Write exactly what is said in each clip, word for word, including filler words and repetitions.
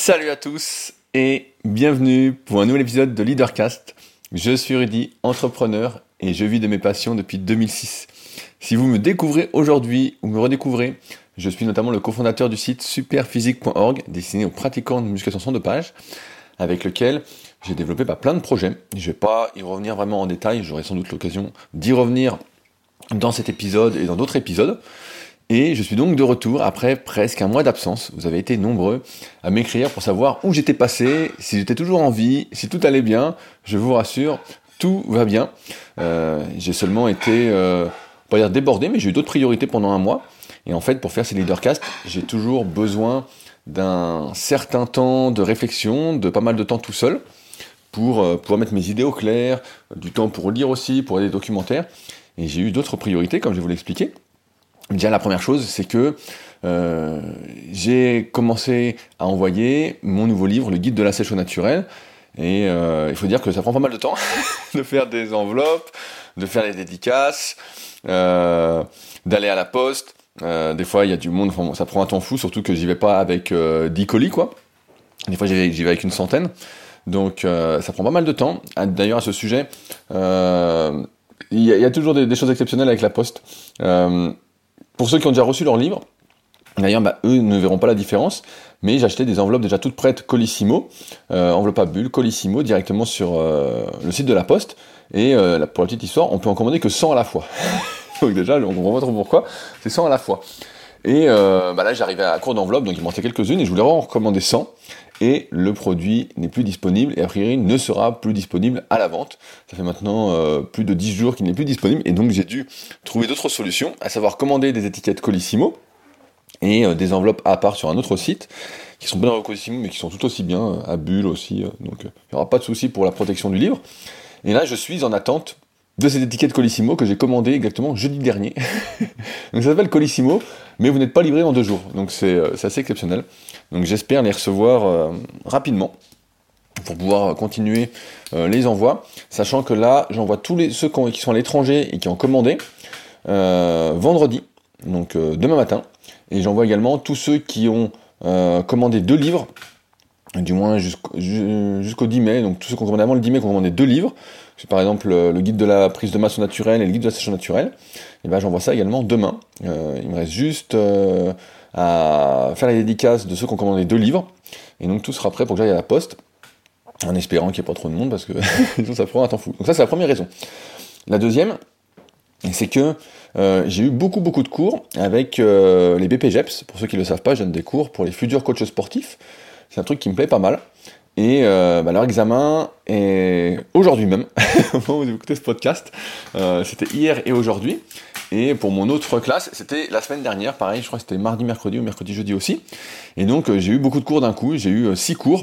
Salut à tous et bienvenue pour un nouvel épisode de Leadercast. Je suis Rudy, entrepreneur et je vis de mes passions depuis deux mille six. Si vous me découvrez aujourd'hui ou me redécouvrez, je suis notamment le cofondateur du site superphysique point org destiné aux pratiquants de musculation sans dopage, avec lequel j'ai développé bah, plein de projets. Je ne vais pas y revenir vraiment en détail, j'aurai sans doute l'occasion d'y revenir dans cet épisode et dans d'autres épisodes. Et je suis donc de retour après presque un mois d'absence. Vous avez été nombreux à m'écrire pour savoir où j'étais passé, si j'étais toujours en vie, si tout allait bien. Je vous rassure, tout va bien. Euh, j'ai seulement été, euh, pas dire débordé, mais j'ai eu d'autres priorités pendant un mois. Et en fait, pour faire ces leadercasts, j'ai toujours besoin d'un certain temps de réflexion, de pas mal de temps tout seul, pour euh, pouvoir mettre mes idées au clair, du temps pour lire aussi, pour aller des documentaires. Et j'ai eu d'autres priorités, comme je vais vous l'expliquer. Déjà, la première chose, c'est que euh, j'ai commencé à envoyer mon nouveau livre, le guide de la sèche au naturel. Et euh, il faut dire que ça prend pas mal de temps de faire des enveloppes, de faire les dédicaces, euh, d'aller à la poste. Euh, des fois, il y a du monde, enfin, ça prend un temps fou, surtout que j'y vais pas avec euh, dix colis, quoi. Des fois, j'y vais, j'y vais avec une centaine. Donc, euh, ça prend pas mal de temps. D'ailleurs, à ce sujet, euh, il y, y a toujours des, des choses exceptionnelles avec la poste. Euh, Pour ceux qui ont déjà reçu leur livre, d'ailleurs, bah, eux ne verront pas la différence, mais j'ai acheté des enveloppes déjà toutes prêtes Colissimo, euh, enveloppe à bulles, Colissimo, directement sur euh, le site de la Poste, et euh, pour la petite histoire, on peut en commander que cent à la fois. Donc déjà, on comprend pas trop pourquoi, c'est cent à la fois. Et euh, bah là, j'arrivais à court d'enveloppe, donc il m'en restait quelques-unes, et je voulais en recommander cent, et le produit n'est plus disponible, et a priori ne sera plus disponible à la vente. Ça fait maintenant euh, plus de dix jours qu'il n'est plus disponible, et donc j'ai dû trouver d'autres solutions, à savoir commander des étiquettes Colissimo, et euh, des enveloppes à part sur un autre site, qui sont bien dans Colissimo, mais qui sont tout aussi bien, euh, à bulles aussi, euh, donc il euh, n'y aura pas de souci pour la protection du livre. Et là, je suis en attente de ces étiquettes Colissimo que j'ai commandées exactement jeudi dernier. Donc ça s'appelle Colissimo, mais vous n'êtes pas livré en deux jours, donc c'est, euh, c'est assez exceptionnel. Donc j'espère les recevoir euh, rapidement pour pouvoir continuer euh, les envois, sachant que là j'envoie tous les ceux qui sont à l'étranger et qui ont commandé euh, vendredi, donc euh, demain matin, et j'envoie également tous ceux qui ont euh, commandé deux livres, du moins jusqu'au, jusqu'au dix mai, donc tous ceux qui ont commandé avant le dix mai qui ont commandé deux livres, c'est par exemple le guide de la prise de masse au naturel et le guide de la sèche au naturel, et ben j'envoie ça également demain. Euh, il me reste juste euh, à faire la dédicace de ceux qui ont commandé deux livres, et donc tout sera prêt pour que j'aille à la poste, en espérant qu'il n'y ait pas trop de monde, parce que ça prend un temps fou. Donc ça, c'est la première raison. La deuxième, c'est que euh, j'ai eu beaucoup beaucoup de cours avec euh, les B P G E P S. Pour ceux qui ne le savent pas, je donne des cours pour les futurs coachs sportifs. C'est un truc qui me plaît pas mal. Et euh, bah, leur examen est aujourd'hui même, au moment où vous écoutez ce podcast. Euh, c'était hier et aujourd'hui. Et pour mon autre classe, c'était la semaine dernière, pareil, je crois que c'était mardi, mercredi ou mercredi, jeudi aussi. Et donc euh, j'ai eu beaucoup de cours d'un coup, j'ai eu euh, six cours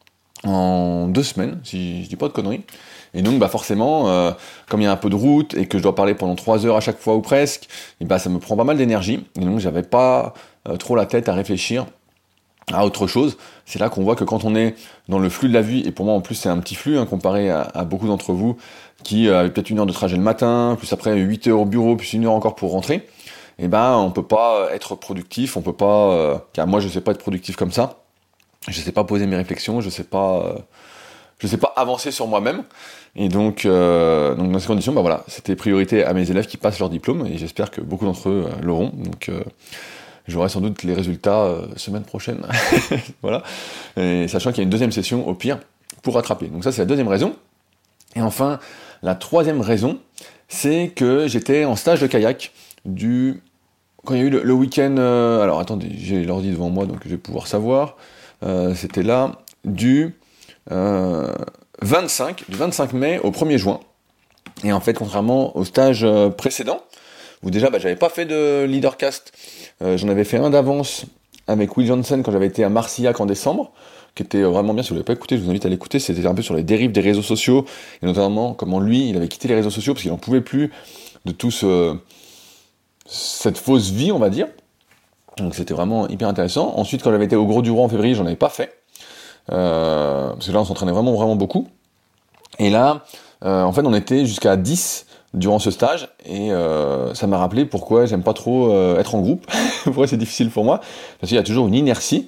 en deux semaines, si je dis pas de conneries. Et donc bah forcément, euh, comme il y a un peu de route et que je dois parler pendant trois heures à chaque fois ou presque, et bah ça me prend pas mal d'énergie. Et donc j'avais pas euh, trop la tête à réfléchir à autre chose. C'est là qu'on voit que quand on est dans le flux de la vie, et pour moi en plus c'est un petit flux hein, comparé à, à beaucoup d'entre vous qui euh, avaient peut-être une heure de trajet le matin, plus après huit heures au bureau, plus une heure encore pour rentrer, et ben on peut pas être productif, on peut pas, euh, car moi je sais pas être productif comme ça, je sais pas poser mes réflexions, je sais pas, euh, je sais pas avancer sur moi-même, et donc, euh, donc dans ces conditions, bah voilà, c'était priorité à mes élèves qui passent leur diplôme, et j'espère que beaucoup d'entre eux euh, l'auront, donc euh, j'aurai sans doute les résultats euh, semaine prochaine, voilà, et sachant qu'il y a une deuxième session au pire pour rattraper. Donc ça c'est la deuxième raison. Et enfin, la troisième raison, c'est que j'étais en stage de kayak du quand il y a eu le, le week-end. Euh, alors attendez, j'ai l'ordi devant moi donc je vais pouvoir savoir. Euh, c'était là du euh, vingt-cinq, du vingt-cinq mai au premier juin. Et en fait, contrairement au stage euh, précédent, où déjà bah, j'avais pas fait de leadercast, euh, j'en avais fait un d'avance avec Will Johnson quand j'avais été à Marcillac en décembre, qui était vraiment bien. Si vous l'avez pas écouté, je vous invite à l'écouter. C'était un peu sur les dérives des réseaux sociaux, et notamment comment lui, il avait quitté les réseaux sociaux parce qu'il n'en pouvait plus de tout ce, cette fausse vie, on va dire. Donc c'était vraiment hyper intéressant. Ensuite, quand j'avais été au Gros du Roi en février, j'en avais pas fait. Euh, parce que là, on s'entraînait vraiment, vraiment beaucoup. Et là, euh, en fait, on était jusqu'à dix durant ce stage, et euh, ça m'a rappelé pourquoi j'aime pas trop euh, être en groupe, pourquoi c'est difficile pour moi, parce qu'il y a toujours une inertie,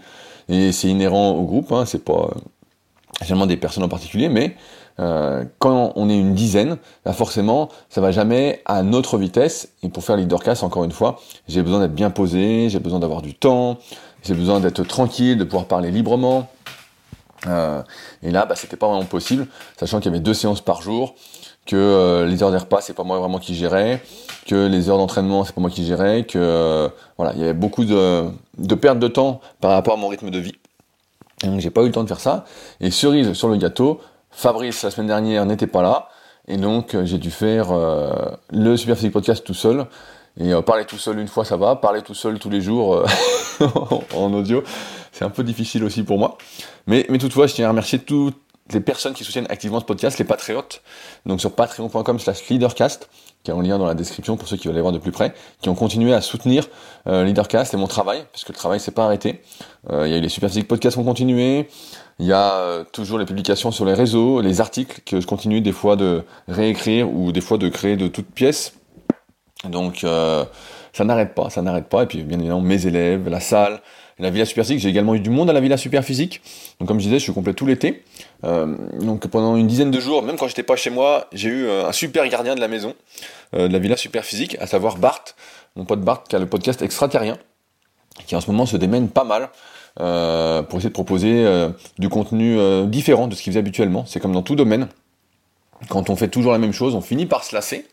et c'est inhérent au groupe, hein, c'est pas généralement des personnes en particulier, mais euh, quand on est une dizaine, bah forcément, ça va jamais à notre vitesse. Et pour faire Leadercast, encore une fois, j'ai besoin d'être bien posé, j'ai besoin d'avoir du temps, j'ai besoin d'être tranquille, de pouvoir parler librement. Euh, et là, bah, c'était pas vraiment possible, sachant qu'il y avait deux séances par jour, que euh, les heures des repas, c'est pas moi vraiment qui gérais, que les heures d'entraînement, c'est pas moi qui gérais, que euh, voilà, il y avait beaucoup de, de perte de temps par rapport à mon rythme de vie. Et donc j'ai pas eu le temps de faire ça. Et cerise sur le gâteau, Fabrice la semaine dernière n'était pas là, et donc euh, j'ai dû faire euh, le Superphysique Podcast tout seul. Et euh, parler tout seul une fois ça va, parler tout seul tous les jours euh, en audio, c'est un peu difficile aussi pour moi. Mais, mais toutefois, je tiens à remercier toutes les personnes qui soutiennent activement ce podcast, les patriotes, donc sur patreon point com slash leadercast, qui est en lien dans la description pour ceux qui veulent aller voir de plus près, qui ont continué à soutenir euh, Leadercast et mon travail, parce que le travail s'est pas arrêté. Euh, il y a eu les Superphysique Podcasts qui ont continué, il y a euh, toujours les publications sur les réseaux, les articles que je continue des fois de réécrire ou des fois de créer de toutes pièces. Donc euh, ça n'arrête pas, ça n'arrête pas. Et puis bien évidemment mes élèves, la salle, la Villa Superphysique. J'ai également eu du monde à la Villa Superphysique. Donc comme je disais, je suis complet tout l'été. Euh, donc pendant une dizaine de jours, même quand j'étais pas chez moi, j'ai eu un super gardien de la maison, euh, de la Villa Superphysique, à savoir Bart, mon pote Bart, qui a le podcast Extraterrien, qui en ce moment se démène pas mal euh, pour essayer de proposer euh, du contenu euh, différent de ce qu'il faisait habituellement. C'est comme dans tout domaine. Quand on fait toujours la même chose, on finit par se lasser.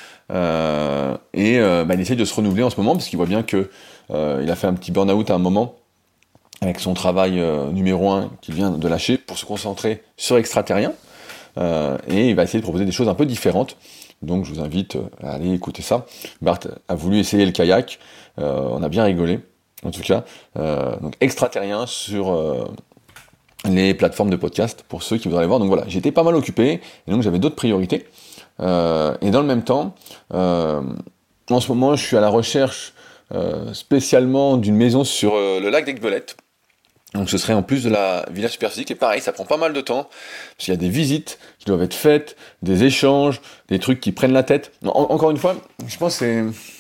Euh, et euh, bah, il essaye de se renouveler en ce moment parce qu'il voit bien que euh, il a fait un petit burn-out à un moment avec son travail euh, numéro un qu'il vient de lâcher pour se concentrer sur Extraterrien, euh, et il va essayer de proposer des choses un peu différentes. Donc je vous invite à aller écouter ça. Bart a voulu essayer le kayak, euh, on a bien rigolé en tout cas. Euh, donc Extraterrien sur euh, les plateformes de podcast pour ceux qui voudraient aller voir. Donc voilà, j'étais pas mal occupé et donc j'avais d'autres priorités. Euh, et dans le même temps, euh, en ce moment, je suis à la recherche euh, spécialement d'une maison sur euh, le lac d'Aiguebelette. Donc ce serait en plus de la Villa Superphysique, et pareil, ça prend pas mal de temps, parce qu'il y a des visites qui doivent être faites, des échanges, des trucs qui prennent la tête. En- encore une fois, je pense que c'est,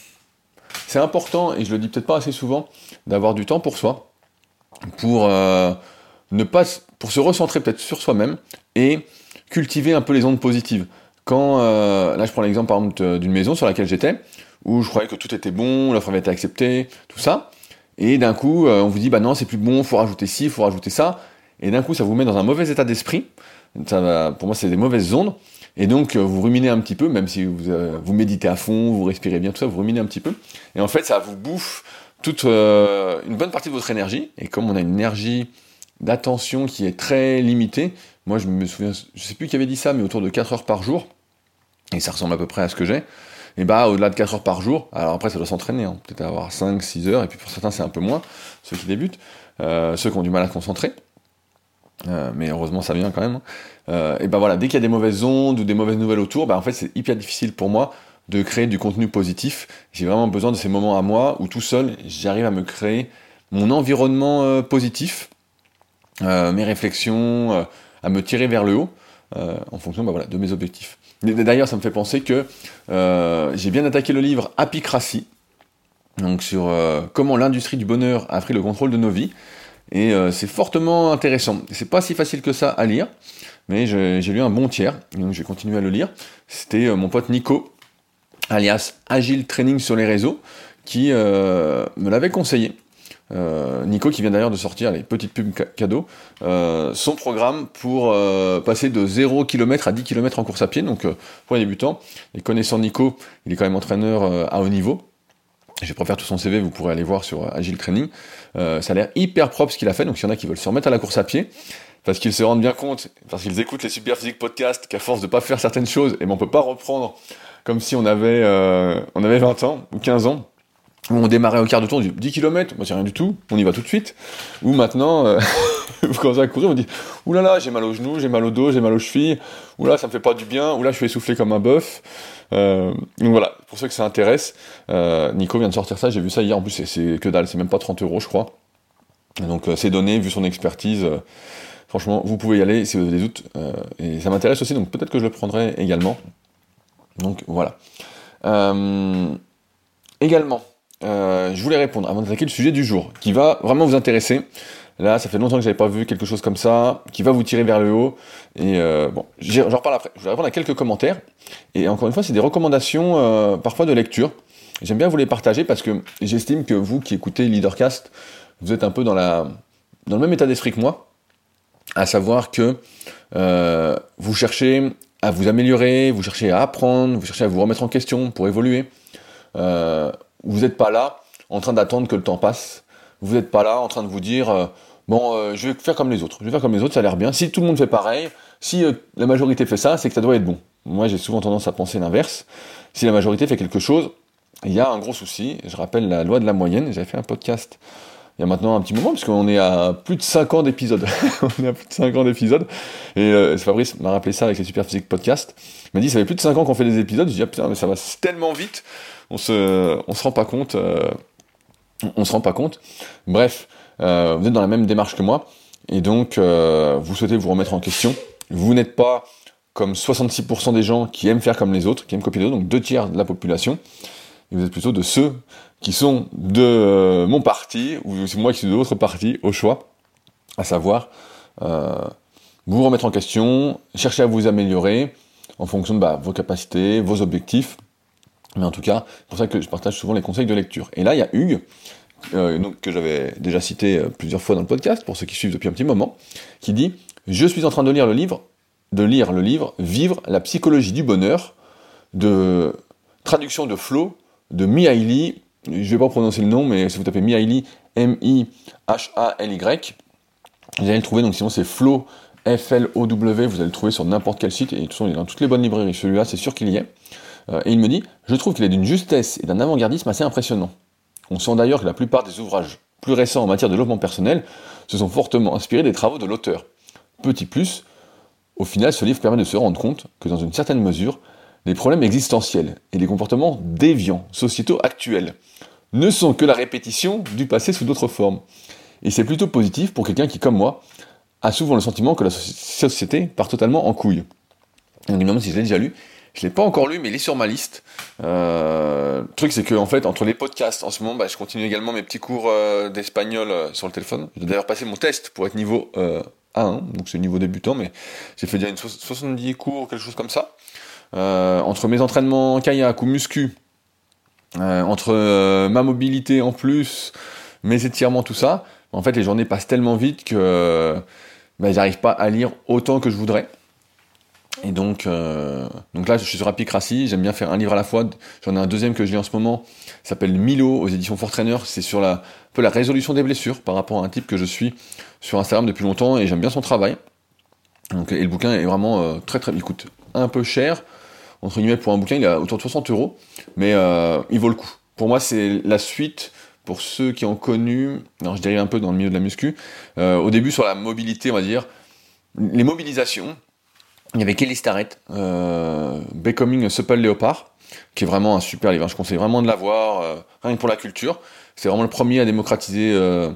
c'est important, et je le dis peut-être pas assez souvent, d'avoir du temps pour soi, pour euh, ne pas, pour se recentrer peut-être sur soi-même, et cultiver un peu les ondes positives. Quand, euh, là je prends l'exemple par exemple d'une maison sur laquelle j'étais, où je croyais que tout était bon, l'offre avait été acceptée, tout ça, et d'un coup euh, on vous dit bah non c'est plus bon, faut rajouter ci, faut rajouter ça, et d'un coup ça vous met dans un mauvais état d'esprit, ça va, pour moi c'est des mauvaises ondes, et donc euh, vous ruminez un petit peu, même si vous, euh, vous méditez à fond, vous respirez bien, tout ça, vous ruminez un petit peu, et en fait ça vous bouffe toute euh, une bonne partie de votre énergie, et comme on a une énergie d'attention qui est très limitée, moi je me souviens, je sais plus qui avait dit ça, mais autour de quatre heures par jour, et ça ressemble à peu près à ce que j'ai, et bah au-delà de quatre heures par jour, alors après ça doit s'entraîner, hein, peut-être avoir cinq six heures, et puis pour certains c'est un peu moins, ceux qui débutent, euh, ceux qui ont du mal à se concentrer, euh, mais heureusement ça vient quand même, hein. euh, et bah voilà, dès qu'il y a des mauvaises ondes ou des mauvaises nouvelles autour, bah en fait c'est hyper difficile pour moi de créer du contenu positif. J'ai vraiment besoin de ces moments à moi, où tout seul, j'arrive à me créer mon environnement euh, positif, euh, mes réflexions, euh, à me tirer vers le haut, euh, en fonction bah, voilà, de mes objectifs. D'ailleurs, ça me fait penser que euh, j'ai bien attaqué le livre Apicratie, donc sur euh, comment l'industrie du bonheur a pris le contrôle de nos vies, et euh, c'est fortement intéressant. C'est pas si facile que ça à lire, mais je, j'ai lu un bon tiers, donc j'ai continué à le lire. C'était euh, mon pote Nico, alias Agile Training sur les réseaux, qui euh, me l'avait conseillé. Euh, Nico qui vient d'ailleurs de sortir, les petites pubs ca- cadeaux, euh, son programme pour euh, passer de zéro kilomètre à dix kilomètres en course à pied, donc euh, pour les débutants. Et connaissant Nico, il est quand même entraîneur euh, à haut niveau. Je préfère tout son C V, vous pourrez aller voir sur euh, Agile Training. Euh, ça a l'air hyper propre ce qu'il a fait, donc il y en a qui veulent se remettre à la course à pied, parce qu'ils se rendent bien compte, parce qu'ils écoutent les Superphysique Podcasts, qu'à force de pas faire certaines choses, et ben on peut pas reprendre comme si on avait, euh, on avait vingt ans ou quinze ans. Où on démarrait au quart de tour, on dit dix kilomètres, moi c'est rien du tout, on y va tout de suite. Ou maintenant, euh, vous commencez à courir, on dit oulala, j'ai mal aux genoux, j'ai mal au dos, j'ai mal aux chevilles, oula, ça me fait pas du bien, oula, je suis essoufflé comme un bœuf. Euh, donc voilà, pour ceux que ça intéresse, euh, Nico vient de sortir ça, j'ai vu ça hier, en plus c'est, c'est que dalle, c'est même pas trente euros je crois. Donc euh, c'est donné, vu son expertise, euh, franchement, vous pouvez y aller si vous avez des doutes, euh, et ça m'intéresse aussi, donc peut-être que je le prendrai également. Donc voilà. Euh, également, Euh, je voulais répondre avant d'attaquer le sujet du jour, qui va vraiment vous intéresser. Là, ça fait longtemps que j'avais pas vu quelque chose comme ça, qui va vous tirer vers le haut. Et euh, bon, j'en reparle après. Je vais répondre à quelques commentaires. Et encore une fois, c'est des recommandations euh, parfois de lecture. J'aime bien vous les partager parce que j'estime que vous qui écoutez Leadercast, vous êtes un peu dans, la, dans le même état d'esprit que moi, à savoir que euh, vous cherchez à vous améliorer, vous cherchez à apprendre, vous cherchez à vous remettre en question pour évoluer. Euh, vous n'êtes pas là en train d'attendre que le temps passe. Vous n'êtes pas là en train de vous dire euh, bon, euh, je vais faire comme les autres. Je vais faire comme les autres, ça a l'air bien. Si tout le monde fait pareil, si euh, la majorité fait ça, c'est que ça doit être bon. Moi, j'ai souvent tendance à penser l'inverse. Si la majorité fait quelque chose, il y a un gros souci. Je rappelle la loi de la moyenne. J'avais fait un podcast il y a maintenant un petit moment, puisqu'on est à plus de cinq ans d'épisodes. On est à plus de cinq ans d'épisodes. Et euh, Fabrice m'a rappelé ça avec les Superphysique Podcast. Il m'a dit, ça fait plus de cinq ans qu'on fait des épisodes. Je dis, ah putain, mais ça va tellement vite. On se, on se rend pas compte. Euh, on se rend pas compte. Bref, euh, vous êtes dans la même démarche que moi. Et donc, euh, vous souhaitez vous remettre en question. Vous n'êtes pas comme soixante-six pour cent des gens qui aiment faire comme les autres, qui aiment copier les autres, donc deux tiers de la population. Et vous êtes plutôt de ceux qui sont de euh, mon parti, ou c'est moi qui suis de l'autre parti, au choix, à savoir euh, vous remettre en question, chercher à vous améliorer en fonction de bah, vos capacités, vos objectifs, mais en tout cas, c'est pour ça que je partage souvent les conseils de lecture. Et là, il y a Hugues, euh, donc, que j'avais déjà cité euh, plusieurs fois dans le podcast, pour ceux qui suivent depuis un petit moment, qui dit « Je suis en train de lire le livre, de lire le livre « Vivre la psychologie du bonheur » de traduction de Flo, de Mihaly, je ne vais pas prononcer le nom, mais si vous tapez Mihaly, M I H A L Y, vous allez le trouver, donc sinon c'est Flo, F L O W, vous allez le trouver sur n'importe quel site, et de toute façon il est dans toutes les bonnes librairies, celui-là c'est sûr qu'il y est. Euh, et il me dit, je trouve qu'il est d'une justesse et d'un avant-gardisme assez impressionnant. On sent d'ailleurs que la plupart des ouvrages plus récents en matière de développement personnel se sont fortement inspirés des travaux de l'auteur. Petit plus, au final ce livre permet de se rendre compte que dans une certaine mesure, les problèmes existentiels et les comportements déviants, sociétaux actuels, ne sont que la répétition du passé sous d'autres formes. Et c'est plutôt positif pour quelqu'un qui, comme moi, a souvent le sentiment que la société part totalement en couille. Donc, il me demande si je l'ai déjà lu. Je ne l'ai pas encore lu, mais il est sur ma liste. Euh, le truc, c'est que, en fait, entre les podcasts, en ce moment, bah, je continue également mes petits cours euh, d'espagnol euh, sur le téléphone. J'ai d'ailleurs passé mon test pour être niveau euh, A un, donc c'est niveau débutant, mais j'ai fait déjà une so- soixante-dix cours, quelque chose comme ça. Euh, entre mes entraînements kayak ou muscu, euh, entre euh, ma mobilité en plus, mes étirements, tout ça, en fait les journées passent tellement vite que euh, bah, j'arrive pas à lire autant que je voudrais. Et donc, euh, donc là je suis sur Apicratie, j'aime bien faire un livre à la fois. J'en ai un deuxième que je lis en ce moment, qui s'appelle Milo aux éditions Fort Trainer. C'est sur la, un peu la résolution des blessures par rapport à un type que je suis sur Instagram depuis longtemps et j'aime bien son travail. Donc, et le bouquin est vraiment euh, très très, il coûte un peu cher, entre guillemets pour un bouquin, il est à autour de soixante euros, mais euh, il vaut le coup. Pour moi, c'est la suite, pour ceux qui ont connu, alors je dérive un peu dans le milieu de la muscu, euh, au début sur la mobilité, on va dire, les mobilisations, il y avait Kelly Starrett, euh, Becoming a Supple Leopard, qui est vraiment un super livre, hein, je conseille vraiment de l'avoir, euh, rien que pour la culture, c'est vraiment le premier à démocratiser, euh,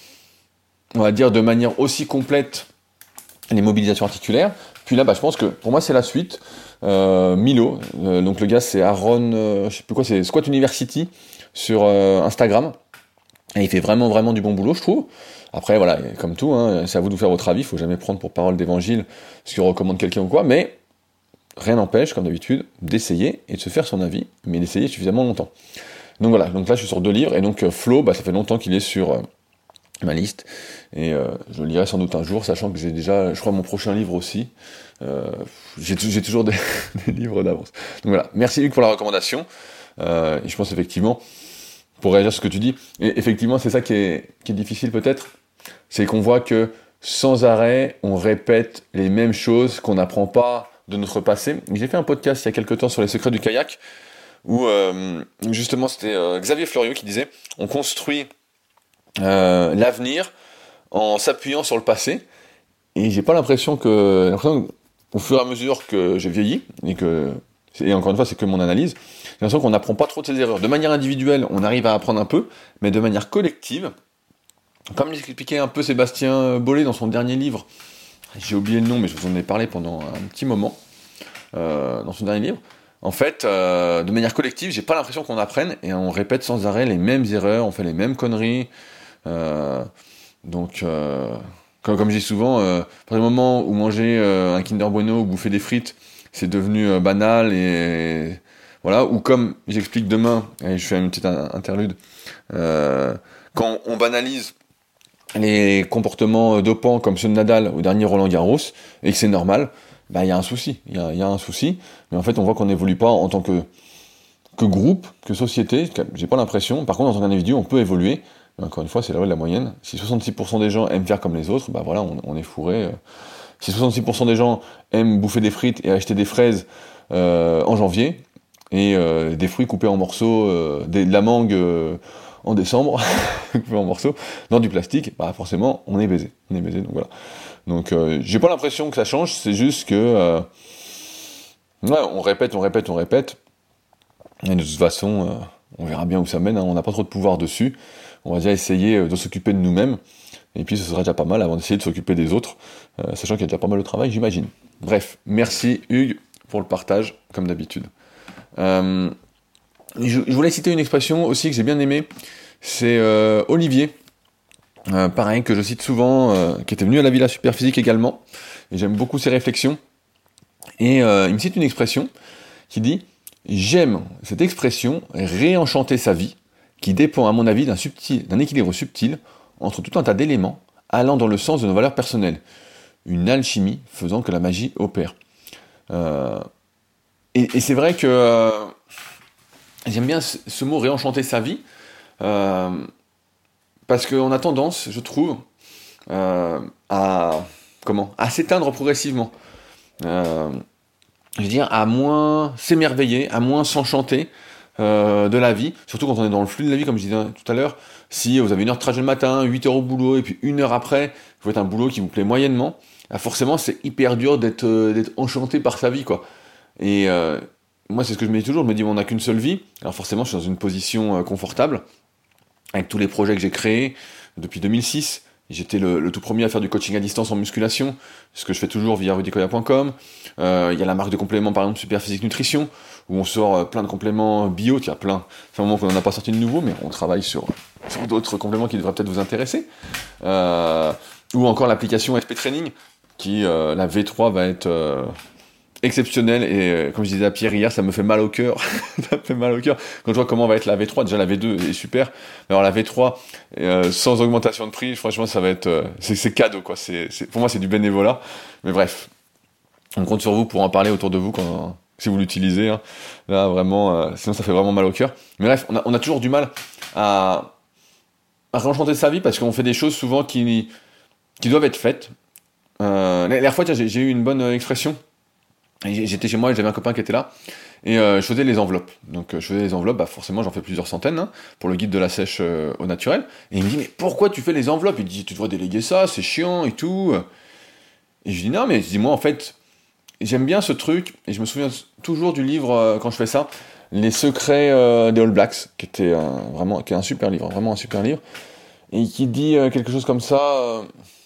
on va dire de manière aussi complète, les mobilisations articulaires. Puis là, bah, je pense que pour moi, c'est la suite. Euh, Milo, euh, donc le gars, c'est Aaron, euh, je sais plus quoi, c'est Squat University sur euh, Instagram. Et il fait vraiment, vraiment du bon boulot, je trouve. Après, voilà, comme tout, hein, c'est à vous de vous faire votre avis. Il faut jamais prendre pour parole d'évangile ce que recommande quelqu'un ou quoi. Mais rien n'empêche, comme d'habitude, d'essayer et de se faire son avis, mais d'essayer suffisamment longtemps. Donc voilà, donc là, je suis sur deux livres. Et donc, euh, Flo, bah, ça fait longtemps qu'il est sur euh, ma liste. Et euh, je le lirai sans doute un jour, sachant que j'ai déjà, je crois, mon prochain livre aussi. Euh, j'ai, j'ai toujours des, des livres d'avance. Donc voilà, merci Luc pour la recommandation. Euh, et je pense effectivement, pour réagir sur ce que tu dis, et effectivement c'est ça qui est, qui est difficile peut-être, c'est qu'on voit que sans arrêt, on répète les mêmes choses, qu'on n'apprend pas de notre passé. J'ai fait un podcast il y a quelques temps sur les secrets du kayak, où euh, justement c'était euh, Xavier Fleuriot qui disait, on construit euh, l'avenir en s'appuyant sur le passé, et j'ai pas l'impression que, j'ai l'impression qu'au fur et à mesure que j'ai vieilli, et que, et encore une fois c'est que mon analyse, j'ai l'impression qu'on n'apprend pas trop de ses erreurs. De manière individuelle, on arrive à apprendre un peu, mais de manière collective, comme l'expliquait un peu Sébastien Bollé dans son dernier livre, j'ai oublié le nom, mais je vous en ai parlé pendant un petit moment, euh, dans son dernier livre, en fait, euh, de manière collective, j'ai pas l'impression qu'on apprenne, et on répète sans arrêt les mêmes erreurs, on fait les mêmes conneries, euh, Donc, euh, comme, comme je dis souvent, euh, à partir du moment où manger euh, un Kinder Bueno ou bouffer des frites, c'est devenu euh, banal et voilà. Ou comme j'explique demain, et je fais une petite interlude, euh, quand on banalise les comportements dopants comme ceux de Nadal au dernier Roland Garros et que c'est normal, bah il y a un souci, il y a, y a un souci. Mais en fait, on voit qu'on n'évolue pas en tant que que groupe, que société. J'ai pas l'impression. Par contre, en tant qu'individu, on peut évoluer. Mais encore une fois, c'est la loi de la moyenne. Si soixante-six pour cent des gens aiment faire comme les autres, bah voilà, on, on est fourré. Si soixante-six pour cent des gens aiment bouffer des frites et acheter des fraises euh, en janvier et euh, des fruits coupés en morceaux, euh, des, de la mangue euh, en décembre, coupés en morceaux, dans du plastique, bah forcément, on est baisé. On est baisé, donc voilà. Donc, euh, j'ai pas l'impression que ça change. C'est juste que euh, ouais, on répète, on répète, on répète. Et de toute façon, euh, on verra bien où ça mène. Hein. On n'a pas trop de pouvoir dessus. On va déjà essayer de s'occuper de nous-mêmes. Et puis ce sera déjà pas mal avant d'essayer de s'occuper des autres, euh, sachant qu'il y a déjà pas mal de travail, j'imagine. Bref, merci Hugues pour le partage, comme d'habitude. Euh, je, je voulais citer une expression aussi que j'ai bien aimée. C'est euh, Olivier, euh, pareil, que je cite souvent, euh, qui était venu à la Villa Superphysique également. Et j'aime beaucoup ses réflexions. Et euh, il me cite une expression qui dit « J'aime cette expression réenchanter sa vie, qui dépend à mon avis d'un, subtil, d'un équilibre subtil entre tout un tas d'éléments allant dans le sens de nos valeurs personnelles. Une alchimie faisant que la magie opère. Euh, et, et c'est vrai que euh, j'aime bien ce, ce mot réenchanter sa vie, euh, parce qu'on a tendance, je trouve, euh, à, comment, à s'éteindre progressivement. Euh, je veux dire, à moins s'émerveiller, à moins s'enchanter euh, de la vie, surtout quand on est dans le flux de la vie, comme je disais tout à l'heure. Si vous avez une heure de trajet le matin, huit heures au boulot, et puis une heure après, vous faites un boulot qui vous plaît moyennement, bah forcément c'est hyper dur d'être, euh, d'être enchanté par sa vie, quoi. Et euh, moi c'est ce que je me dis toujours, je me dis on n'a qu'une seule vie, alors forcément je suis dans une position euh, confortable, avec tous les projets que j'ai créés depuis deux mille six. J'étais le, le tout premier à faire du coaching à distance en musculation, ce que je fais toujours via rudicoya point com. Euh, il y a la marque de compléments, par exemple, Superphysique Nutrition, où on sort euh, plein de compléments bio, il y a plein. C'est un moment qu'on n'en a pas sorti de nouveau, mais on travaille sur, sur d'autres compléments qui devraient peut-être vous intéresser. Euh, ou encore l'application F P Training, qui, euh, la V trois, va être euh, exceptionnelle. Et euh, comme je disais à Pierre hier, ça me fait mal au cœur. Ça me fait mal au cœur. Quand je vois comment va être la V trois, déjà la V deux est super. Mais alors la V trois, euh, sans augmentation de prix, franchement, ça va être... Euh, c'est, c'est cadeau, quoi. C'est, c'est, pour moi, c'est du bénévolat. Mais bref, on compte sur vous pour en parler autour de vous quand, si vous l'utilisez. Hein. Là, vraiment, euh, sinon ça fait vraiment mal au cœur. Mais bref, on a, on a toujours du mal à, à réenchanter sa vie parce qu'on fait des choses souvent qui, qui doivent être faites. Euh, la dernière fois, tiens, j'ai, j'ai eu une bonne euh, expression. J'étais chez moi et j'avais un copain qui était là. Et euh, je faisais les enveloppes. Donc euh, je faisais les enveloppes, bah forcément j'en fais plusieurs centaines, hein, pour le guide de la sèche euh, au naturel. Et il me dit, mais pourquoi tu fais les enveloppes? Il dit, tu devrais déléguer ça, c'est chiant et tout. Et je dis, non, mais je dis, moi en fait, j'aime bien ce truc, et je me souviens toujours du livre, euh, quand je fais ça, Les secrets euh, des All Blacks, qui était un, vraiment, qui est un super livre, vraiment un super livre, et qui dit euh, quelque chose comme ça, euh...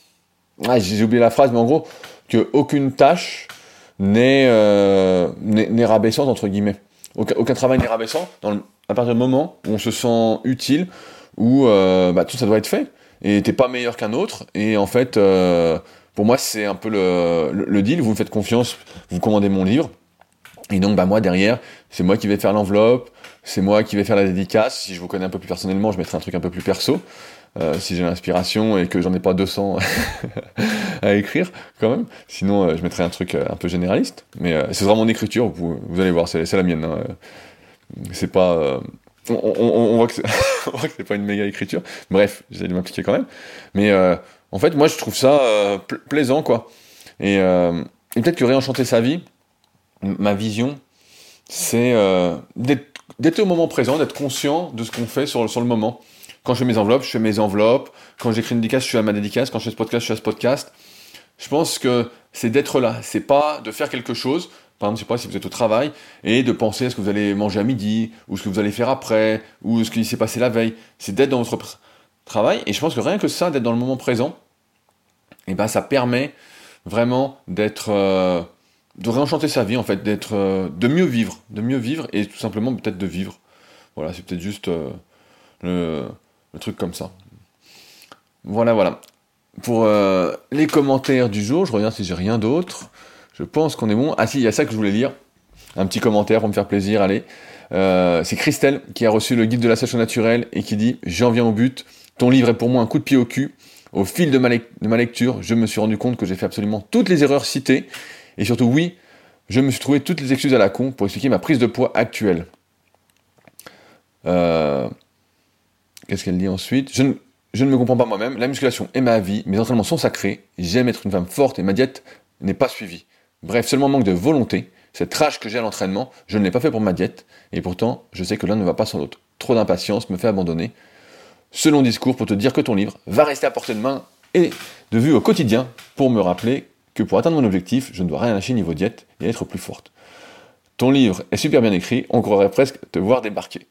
ah, j'ai oublié la phrase, mais en gros, que aucune tâche n'est, euh, n'est, n'est rabaissante, entre guillemets. Aucun, aucun travail n'est rabaissant, dans le, à partir du moment où on se sent utile, où euh, bah, tout ça doit être fait, et t'es pas meilleur qu'un autre, et en fait... Euh, pour moi, c'est un peu le, le, le deal, vous me faites confiance, vous commandez mon livre, et donc bah, moi derrière, c'est moi qui vais faire l'enveloppe, c'est moi qui vais faire la dédicace, si je vous connais un peu plus personnellement, je mettrai un truc un peu plus perso, euh, si j'ai l'inspiration et que j'en ai pas deux cents à écrire, quand même, sinon euh, je mettrai un truc euh, un peu généraliste, mais euh, c'est vraiment mon écriture, vous, vous allez voir, c'est, c'est la mienne, hein. C'est pas... Euh, on, on, on, voit que c'est, on voit que c'est pas une méga écriture, bref, j'essaie de m'impliquer quand même, mais... Euh, En fait, moi, je trouve ça euh, pla- plaisant, quoi. Et, euh, et peut-être que réenchanter sa vie, m- ma vision, c'est euh, d'être, d'être au moment présent, d'être conscient de ce qu'on fait sur, sur le moment. Quand je fais mes enveloppes, je fais mes enveloppes. Quand j'écris une dédicace, je suis à ma dédicace. Quand je fais ce podcast, je suis à ce podcast. Je pense que c'est d'être là. C'est pas de faire quelque chose. Par exemple, je sais pas si vous êtes au travail et de penser à ce que vous allez manger à midi, ou ce que vous allez faire après, ou ce qui s'est passé la veille. C'est d'être dans votre pr- travail. Et je pense que rien que ça, d'être dans le moment présent, et ben ça permet vraiment d'être, euh, de réenchanter sa vie en fait, d'être, euh, de mieux vivre, de mieux vivre et tout simplement peut-être de vivre. Voilà, c'est peut-être juste euh, le, le truc comme ça. Voilà, voilà. pour euh, les commentaires du jour, je regarde si j'ai rien d'autre. Je pense qu'on est bon. Ah si, il y a ça que je voulais lire. Un petit commentaire pour me faire plaisir, allez. Euh, c'est Christelle qui a reçu le guide de la sélection naturelle et qui dit « J'en viens au but. Ton livre est pour moi un coup de pied au cul. Au fil de ma, le- de ma lecture, je me suis rendu compte que j'ai fait absolument toutes les erreurs citées. Et surtout, oui, je me suis trouvé toutes les excuses à la con pour expliquer ma prise de poids actuelle. Euh, Qu'est-ce qu'elle dit ensuite ? je ne, je ne me comprends pas moi-même. La musculation est ma vie. Mes entraînements sont sacrés. J'aime être une femme forte et ma diète n'est pas suivie. Bref, seulement manque de volonté. Cette rage que j'ai à l'entraînement, je ne l'ai pas fait pour ma diète. Et pourtant, je sais que l'un ne va pas sans l'autre. Trop d'impatience me fait abandonner. Ce long discours pour te dire que ton livre va rester à portée de main et de vue au quotidien pour me rappeler que pour atteindre mon objectif, je ne dois rien lâcher niveau diète et être plus forte. Ton livre est super bien écrit, on croirait presque te voir débarquer.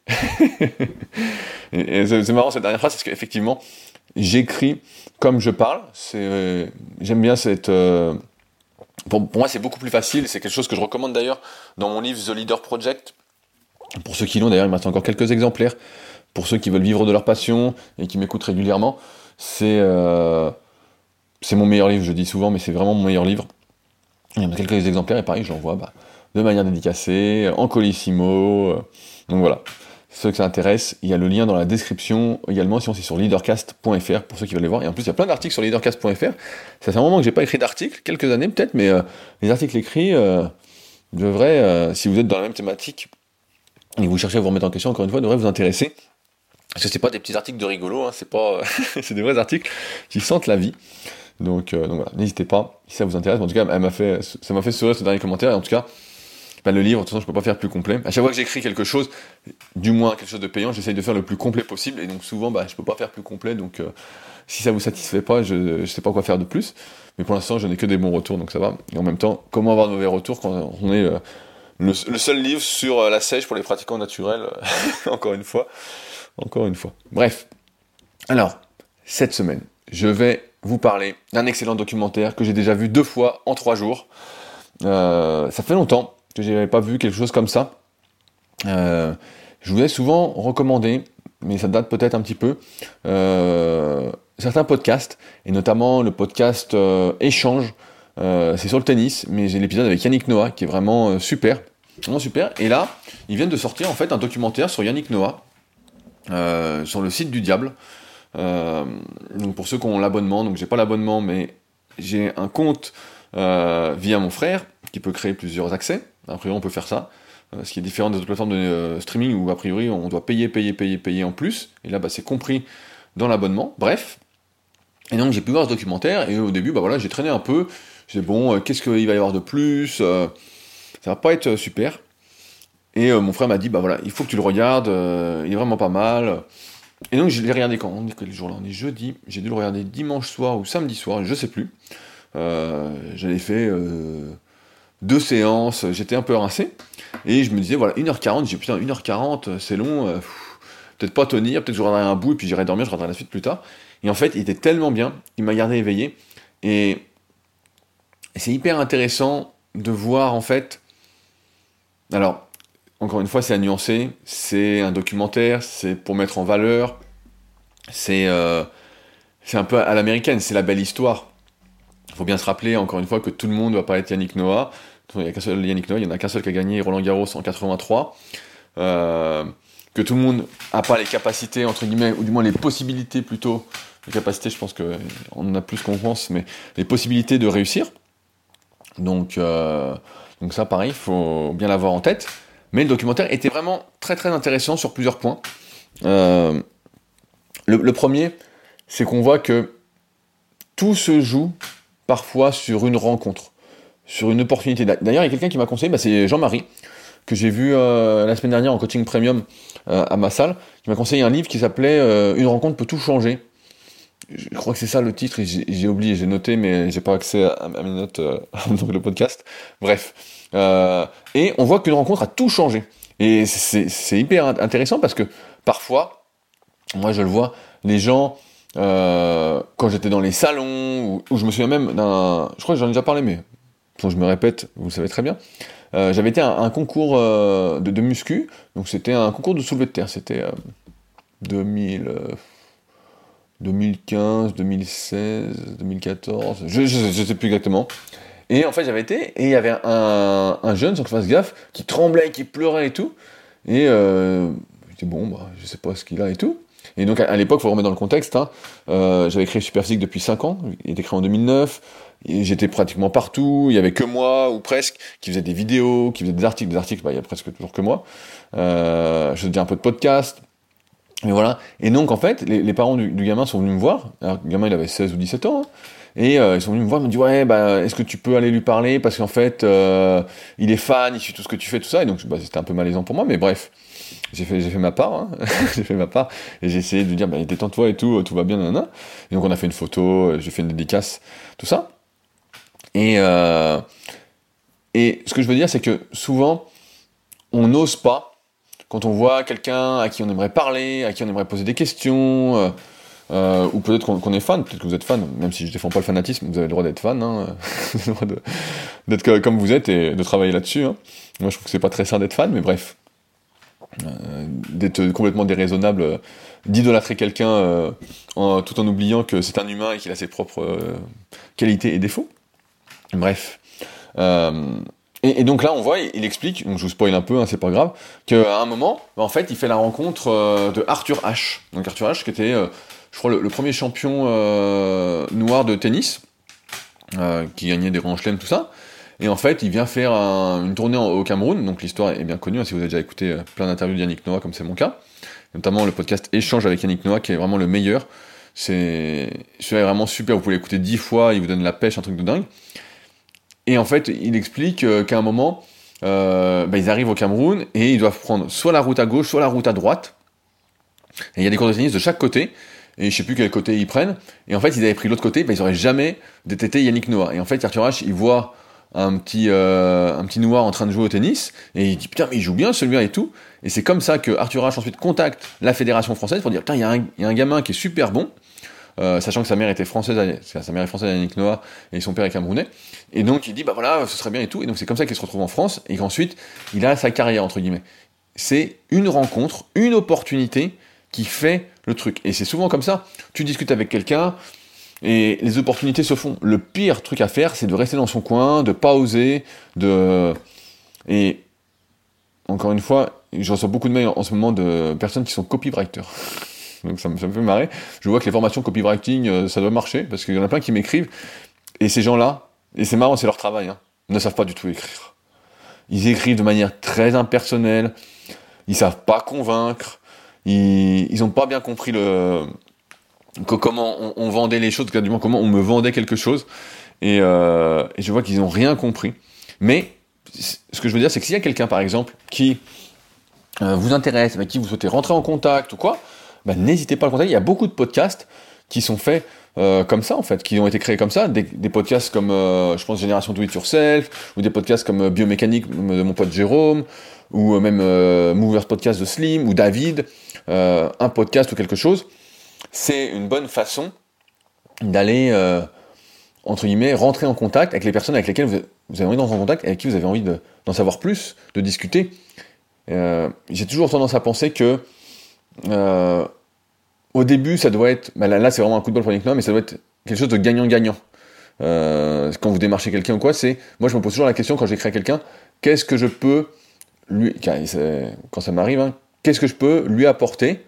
et, et c'est, c'est marrant cette dernière phrase parce qu'effectivement, j'écris comme je parle. C'est, euh, j'aime bien cette... Euh, pour, pour moi, c'est beaucoup plus facile. C'est quelque chose que je recommande d'ailleurs dans mon livre The Leader Project. Pour ceux qui l'ont, d'ailleurs, il me reste encore quelques exemplaires. Pour ceux qui veulent vivre de leur passion et qui m'écoutent régulièrement, c'est, euh, c'est mon meilleur livre, je dis souvent, mais c'est vraiment mon meilleur livre. Il y en a quelques exemplaires et pareil, je l'envoie bah, de manière dédicacée, en colissimo. Euh, donc voilà, ceux que ça intéresse, il y a le lien dans la description également, sinon c'est sur leadercast point f r pour ceux qui veulent les voir. Et en plus, il y a plein d'articles sur leadercast point f r. Ça fait un moment que j'ai pas écrit d'articles, quelques années peut-être, mais euh, les articles écrits euh, devraient, euh, si vous êtes dans la même thématique et que vous cherchez à vous remettre en question, encore une fois, devraient vous intéresser. Parce que c'est pas des petits articles de rigolo, hein, c'est pas, c'est des vrais articles qui sentent la vie. Donc, euh, donc voilà, n'hésitez pas, si ça vous intéresse. En tout cas, elle m'a fait, ça m'a fait sourire ce dernier commentaire. Et en tout cas, bah, le livre, de toute façon, je peux pas faire plus complet. À chaque fois que j'écris quelque chose, du moins quelque chose de payant, j'essaye de faire le plus complet possible. Et donc souvent, bah, je peux pas faire plus complet. Donc, euh, si ça vous satisfait pas, je, je sais pas quoi faire de plus. Mais pour l'instant, je n'ai que des bons retours, donc ça va. Et en même temps, comment avoir de mauvais retours quand on est euh, le, le seul livre sur euh, la sèche pour les pratiquants naturels, encore une fois. Encore une fois. Bref. Alors, cette semaine, je vais vous parler d'un excellent documentaire que j'ai déjà vu deux fois en trois jours. Euh, ça fait longtemps que je n'avais pas vu quelque chose comme ça. Euh, je vous ai souvent recommandé, mais ça date peut-être un petit peu, euh, certains podcasts, et notamment le podcast euh, Échange. Euh, c'est sur le tennis, mais j'ai l'épisode avec Yannick Noah qui est vraiment euh, super. Vraiment super. Et là, ils viennent de sortir en fait un documentaire sur Yannick Noah. Euh, sur le site du diable. Euh, donc pour ceux qui ont l'abonnement, donc j'ai pas l'abonnement, mais j'ai un compte euh, via mon frère qui peut créer plusieurs accès. A priori, on peut faire ça. Euh, ce qui est différent des autres plateformes de euh, streaming où a priori on doit payer, payer, payer, payer en plus. Et là, bah, c'est compris dans l'abonnement. Bref. Et donc j'ai pu voir ce documentaire et au début, bah voilà, j'ai traîné un peu. J'ai dit bon, euh, qu'est-ce qu'il va y avoir de plus euh, Ça va pas être super. Et euh, mon frère m'a dit, bah voilà, il faut que tu le regardes, euh, il est vraiment pas mal. Et donc je l'ai regardé quand On est quel jour là On est jeudi, j'ai dû le regarder dimanche soir ou samedi soir, je sais plus. Euh, j'avais fait euh, deux séances, j'étais un peu rincé. Et je me disais, voilà, une heure quarante, j'ai dit putain, une heure quarante, c'est long, euh, pff, peut-être pas tenir, peut-être que je regarderai un bout et puis j'irai dormir, je regarderai la suite plus tard. Et en fait, il était tellement bien, il m'a gardé éveillé. Et, et c'est hyper intéressant de voir en fait. Alors, encore une fois, c'est à nuancer, c'est un documentaire, c'est pour mettre en valeur, c'est, euh, c'est un peu à l'américaine, c'est la belle histoire. Il faut bien se rappeler, encore une fois, que tout le monde ne va pas être Yannick Noah. Il n'y a qu'un seul Yannick Noah, il n'y en a qu'un seul qui a gagné Roland Garros en quatre-vingt-trois. Euh, que tout le monde n'a pas les capacités, entre guillemets, ou du moins les possibilités plutôt, les capacités, je pense qu'on en a plus qu'on pense, mais les possibilités de réussir. Donc, euh, donc ça, pareil, il faut bien l'avoir en tête. Mais le documentaire était vraiment très très intéressant sur plusieurs points. Euh, le, le premier, c'est qu'on voit que tout se joue parfois sur une rencontre, sur une opportunité. D'ailleurs, il y a quelqu'un qui m'a conseillé, bah, c'est Jean-Marie, que j'ai vu euh, la semaine dernière en coaching premium euh, à ma salle, qui m'a conseillé un livre qui s'appelait euh, « Une rencontre peut tout changer ». Je crois que c'est ça le titre, et j'ai, j'ai oublié, j'ai noté, mais j'ai pas accès à, à mes notes euh, dans le podcast. Bref. Euh, et on voit qu'une rencontre a tout changé. Et c'est, c'est hyper intéressant parce que parfois, moi je le vois, les gens, euh, quand j'étais dans les salons, ou, ou je me souviens même d'un... Je crois que j'en ai déjà parlé, mais bon, je me répète, vous le savez très bien. Euh, j'avais été à un, un concours euh, de, de muscu, donc c'était un concours de soulevé de terre, c'était euh, deux mille deux mille quinze, deux mille seize, deux mille quatorze, je, je, je sais plus exactement. Et en fait, j'avais été, et il y avait un, un jeune, sans que je fasse gaffe, qui tremblait, qui pleurait et tout. Et euh, je dis, bon, bah, je sais pas ce qu'il a et tout. Et donc, à, à l'époque, il faut remettre dans le contexte, hein, euh, j'avais créé Superphysique depuis cinq ans, il était créé en deux mille neuf, et j'étais pratiquement partout, il y avait que moi, ou presque, qui faisait des vidéos, qui faisait des articles, des articles, bah, il y a presque toujours que moi. Euh, je faisais un peu de podcast, et voilà. Et donc, en fait, les, les parents du, du gamin sont venus me voir, alors le gamin, il avait seize ou dix-sept ans, hein, et euh, ils sont venus me voir, ils m'ont dit, ouais, bah, est-ce que tu peux aller lui parler, parce qu'en fait, euh, il est fan, il suit tout ce que tu fais, tout ça, et donc, bah, c'était un peu malaisant pour moi, mais bref. J'ai fait, j'ai fait ma part, hein. j'ai fait ma part, et j'ai essayé de lui dire, bah, détends-toi et tout, tout va bien, nanana. Et donc on a fait une photo, j'ai fait une dédicace, tout ça. Et, euh, et ce que je veux dire, c'est que souvent, on n'ose pas, quand on voit quelqu'un à qui on aimerait parler, à qui on aimerait poser des questions, euh, euh, ou peut-être qu'on, qu'on est fan, peut-être que vous êtes fan, même si je défends pas le fanatisme, vous avez le droit d'être fan, hein, vous avez le droit de, d'être comme vous êtes et de travailler là-dessus. Hein. Moi je trouve que c'est pas très sain d'être fan, mais bref. Euh, d'être complètement déraisonnable, euh, d'idolâtrer quelqu'un euh, en, tout en oubliant que c'est un humain et qu'il a ses propres euh, qualités et défauts. Bref. Euh, et, et donc là, on voit, il, il explique, donc je vous spoil un peu, hein, c'est pas grave, qu'à un moment, bah, en fait, il fait la rencontre euh, de Arthur Ashe. Donc Arthur Ashe, qui était, euh, je crois, le, le premier champion euh, noir de tennis, euh, qui gagnait des grands chelems, tout ça. Et en fait, il vient faire un, une tournée en, au Cameroun, donc l'histoire est bien connue, hein, si vous avez déjà écouté euh, plein d'interviews de Yannick Noah, comme c'est mon cas, notamment le podcast Échange avec Yannick Noah, qui est vraiment le meilleur, c'est, celui-là est vraiment super, vous pouvez l'écouter dix fois, il vous donne la pêche, un truc de dingue. Et en fait, il explique euh, qu'à un moment, euh, bah, ils arrivent au Cameroun, et ils doivent prendre soit la route à gauche, soit la route à droite, et il y a des cours de tennis de chaque côté, et je sais plus quel côté ils prennent, et en fait, s'ils avaient pris l'autre côté, bah, ils auraient jamais détecté Yannick Noah. Et en fait, Arthur Ashe, il voit un petit, euh, un petit noir en train de jouer au tennis, et il dit putain mais il joue bien celui-là et tout, et c'est comme ça que Arthur Ashe ensuite contacte la fédération française pour dire putain il y, y a un gamin qui est super bon, euh, sachant que sa mère était française, sa mère est française, Yannick Noah, et son père est camerounais, et donc il dit bah voilà ce serait bien et tout, et donc c'est comme ça qu'il se retrouve en France, et qu'ensuite il a sa carrière entre guillemets. C'est une rencontre, une opportunité qui fait le truc, et c'est souvent comme ça, tu discutes avec quelqu'un, et les opportunités se font. Le pire truc à faire, c'est de rester dans son coin, de pas oser, de... Et, encore une fois, je reçois beaucoup de mails en ce moment de personnes qui sont copywriters. Donc ça me, ça me fait marrer. Je vois que les formations copywriting, ça doit marcher, parce qu'il y en a plein qui m'écrivent, et ces gens-là, et c'est marrant, c'est leur travail, hein, ne savent pas du tout écrire. Ils écrivent de manière très impersonnelle, ils savent pas convaincre, ils, ils ont pas bien compris le... Que, comment on, on vendait les choses, du moins comment on me vendait quelque chose, et, euh, et je vois qu'ils n'ont rien compris. Mais ce que je veux dire, c'est que s'il y a quelqu'un, par exemple, qui euh, vous intéresse, avec qui vous souhaitez rentrer en contact ou quoi, bah, n'hésitez pas à le contacter. Il y a beaucoup de podcasts qui sont faits euh, comme ça, en fait, qui ont été créés comme ça, des, des podcasts comme, euh, je pense, Génération Do It Yourself, ou des podcasts comme euh, Biomécanique de mon pote Jérôme, ou euh, même euh, Movers Podcast de Slim, ou David, euh, un podcast ou quelque chose. C'est une bonne façon d'aller, euh, entre guillemets, rentrer en contact avec les personnes avec lesquelles vous, vous avez envie d'entrer en contact, avec qui vous avez envie de, d'en savoir plus, de discuter. Euh, j'ai toujours tendance à penser que, euh, au début, ça doit être, bah là, là c'est vraiment un coup de bol pour Yannick Noah, mais ça doit être quelque chose de gagnant-gagnant. Euh, quand vous démarchez quelqu'un ou quoi, c'est, moi je me pose toujours la question quand j'écris à quelqu'un, qu'est-ce que je peux lui, quand ça m'arrive, hein, qu'est-ce que je peux lui apporter?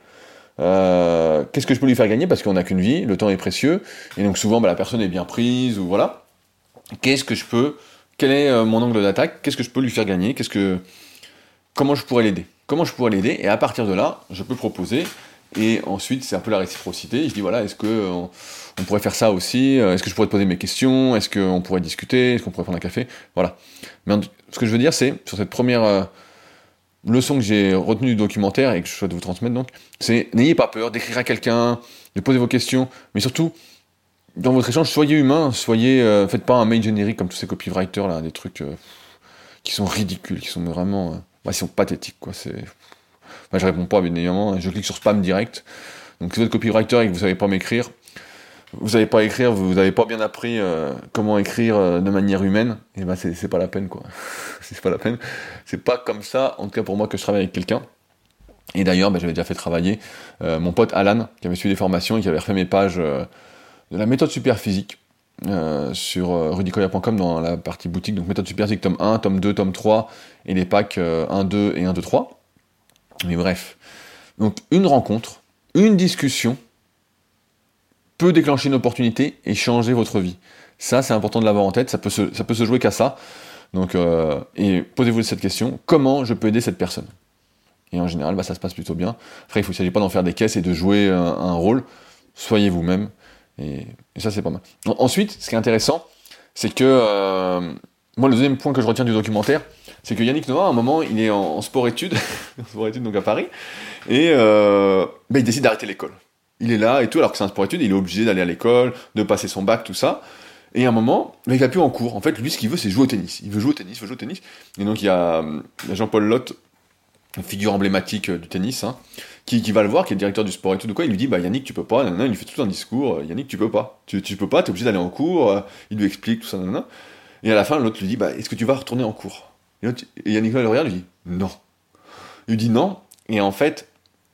Euh, qu'est-ce que je peux lui faire gagner, parce qu'on n'a qu'une vie, le temps est précieux, et donc souvent bah, la personne est bien prise, ou voilà. Qu'est-ce que je peux, quel est euh, mon angle d'attaque, qu'est-ce que je peux lui faire gagner, qu'est-ce que, comment je pourrais l'aider, comment je pourrais l'aider, et à partir de là, je peux proposer, et ensuite c'est un peu la réciprocité, je dis voilà, est-ce que euh, on, on pourrait faire ça aussi, est-ce que je pourrais te poser mes questions, est-ce qu'on pourrait discuter, est-ce qu'on pourrait prendre un café, voilà. Mais en, ce que je veux dire, c'est, sur cette première... Euh, leçon que j'ai retenue du documentaire et que je souhaite vous transmettre donc, c'est n'ayez pas peur d'écrire à quelqu'un, de poser vos questions, mais surtout, dans votre échange, soyez humain, soyez, euh, faites pas un mail générique comme tous ces copywriters là, des trucs euh, qui sont ridicules, qui sont vraiment, euh, bah, ils sont pathétiques quoi, c'est, moi je réponds pas bien évidemment, je clique sur spam direct, donc si vous êtes copywriter et que vous savez pas m'écrire, vous savez pas écrire, vous avez pas bien appris euh, comment écrire euh, de manière humaine, et ben c'est, c'est pas la peine quoi. C'est pas la peine. C'est pas comme ça, en tout cas pour moi, que je travaille avec quelqu'un. Et d'ailleurs, bah, j'avais déjà fait travailler euh, mon pote Alan, qui avait suivi des formations et qui avait refait mes pages euh, de la méthode super physique euh, sur euh, rudicoya point com dans la partie boutique. Donc méthode super physique tome un, tome deux, tome trois, et les packs euh, un, deux et un, deux, trois. Mais bref. Donc une rencontre, une discussion peut déclencher une opportunité et changer votre vie. Ça, c'est important de l'avoir en tête, ça peut se, ça peut se jouer qu'à ça. Donc, euh, et posez-vous cette question, comment je peux aider cette personne ? Et en général, bah, ça se passe plutôt bien. Après, il ne s'agit pas d'en faire des caisses et de jouer un, un rôle. Soyez vous-même. Et, et ça, c'est pas mal. Ensuite, ce qui est intéressant, c'est que... Euh, moi, le deuxième point que je retiens du documentaire, c'est que Yannick Noah, à un moment, il est en, en sport-études, en sport-études donc à Paris, et euh, bah, il décide d'arrêter l'école. Il est là et tout, alors que c'est un sport-études, il est obligé d'aller à l'école, de passer son bac, tout ça. Et à un moment, bah, il va plus en cours. En fait, lui, ce qu'il veut, c'est jouer au tennis. Il veut jouer au tennis, il veut jouer au tennis. Et donc, il y a, il y a Jean-Paul Lotte, une figure emblématique du tennis, hein, qui, qui va le voir, qui est le directeur du sport et tout, de quoi, il lui dit, bah Yannick, tu peux pas, nanana, il lui fait tout un discours, Yannick, tu peux pas, tu, tu peux pas, t'es obligé d'aller en cours, euh, il lui explique tout ça, nanana. Et à la fin, l'autre lui dit, bah est-ce que tu vas retourner en cours ? Et, et Yannick Noah le regarde, lui dit, non. Il lui dit non, et en fait,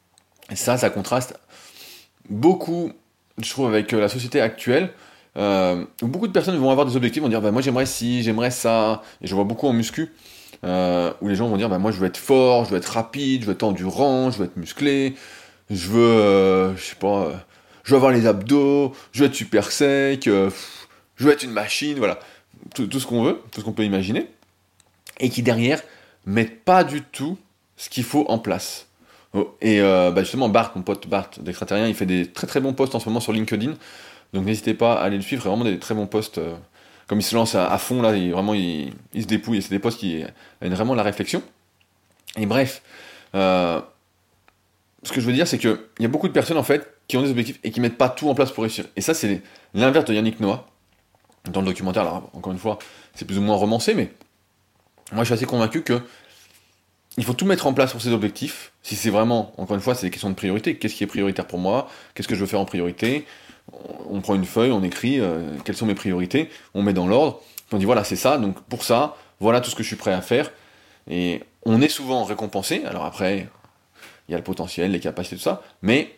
ça, ça contraste beaucoup, je trouve, avec la société actuelle, euh, où beaucoup de personnes vont avoir des objectifs, vont dire, bah moi j'aimerais ci, j'aimerais ça, et je vois beaucoup en muscu, Euh, où les gens vont dire bah moi je veux être fort, je veux être rapide, je veux être endurant, je veux être musclé, je veux euh, je sais pas, euh, je veux avoir les abdos, je veux être super sec, euh, je veux être une machine, voilà, tout, tout ce qu'on veut, tout ce qu'on peut imaginer, et qui derrière mettent pas du tout ce qu'il faut en place. Oh, et euh, bah justement Bart, mon pote Bart d'Extraterrien, il fait des très très bons posts en ce moment sur LinkedIn, donc n'hésitez pas à aller le suivre, vraiment des très bons posts. Euh, Comme il se lance à, à fond, là, il, vraiment, il, il se dépouille, et c'est des postes qui amènent vraiment la réflexion. Et bref, euh, ce que je veux dire, c'est qu'il y a beaucoup de personnes, en fait, qui ont des objectifs et qui mettent pas tout en place pour réussir. Et ça, c'est l'inverse de Yannick Noah, dans le documentaire. Alors, encore une fois, c'est plus ou moins romancé, mais moi, je suis assez convaincu que il faut tout mettre en place pour ses objectifs. Si c'est vraiment, encore une fois, c'est des questions de priorité. Qu'est-ce qui est prioritaire pour moi ? Qu'est-ce que je veux faire en priorité ? On prend une feuille, on écrit euh, quelles sont mes priorités, on met dans l'ordre, on dit voilà c'est ça, donc pour ça, voilà tout ce que je suis prêt à faire, et on est souvent récompensé, alors après, il y a le potentiel, les capacités, tout ça, mais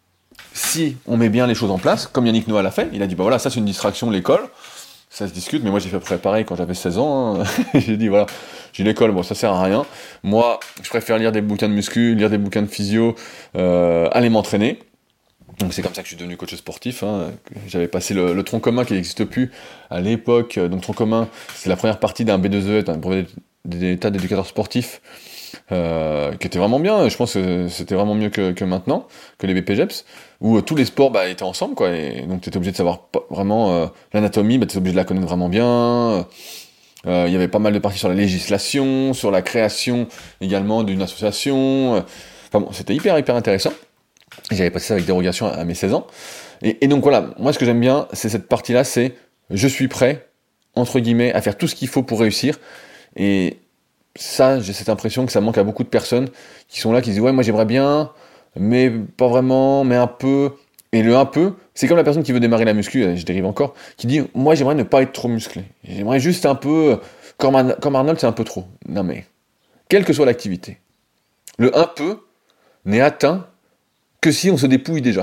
si on met bien les choses en place, comme Yannick Noah l'a fait, il a dit bah voilà, ça c'est une distraction, l'école, ça se discute, mais moi j'ai fait préparer quand j'avais seize ans, hein. J'ai dit voilà, j'ai l'école, bon ça sert à rien, moi je préfère lire des bouquins de muscu, lire des bouquins de physio, euh, aller m'entraîner. Donc c'est comme ça que je suis devenu coach sportif, hein. J'avais passé le, le tronc commun qui n'existe plus à l'époque, donc tronc commun, c'est la première partie d'un B deux E, un brevet d'état d'éducateur sportif, euh, qui était vraiment bien, je pense que c'était vraiment mieux que, que maintenant, que les B P G E P S, où euh, tous les sports bah, étaient ensemble, quoi, et donc tu étais obligé de savoir vraiment euh, l'anatomie, bah, tu étais obligé de la connaître vraiment bien, il euh, y avait pas mal de parties sur la législation, sur la création également d'une association, enfin bon, c'était hyper hyper intéressant. J'avais passé ça avec dérogation à mes seize ans. Et, et donc voilà, moi ce que j'aime bien, c'est cette partie-là, c'est je suis prêt, entre guillemets, à faire tout ce qu'il faut pour réussir. Et ça, j'ai cette impression que ça manque à beaucoup de personnes qui sont là, qui disent ouais, moi j'aimerais bien, mais pas vraiment, mais un peu. Et le un peu, c'est comme la personne qui veut démarrer la muscu, je dérive encore, qui dit moi j'aimerais ne pas être trop musclé. J'aimerais juste un peu, comme, Ar- comme Arnold, c'est un peu trop. Non mais, quelle que soit l'activité, le un peu n'est atteint que si on se dépouille déjà,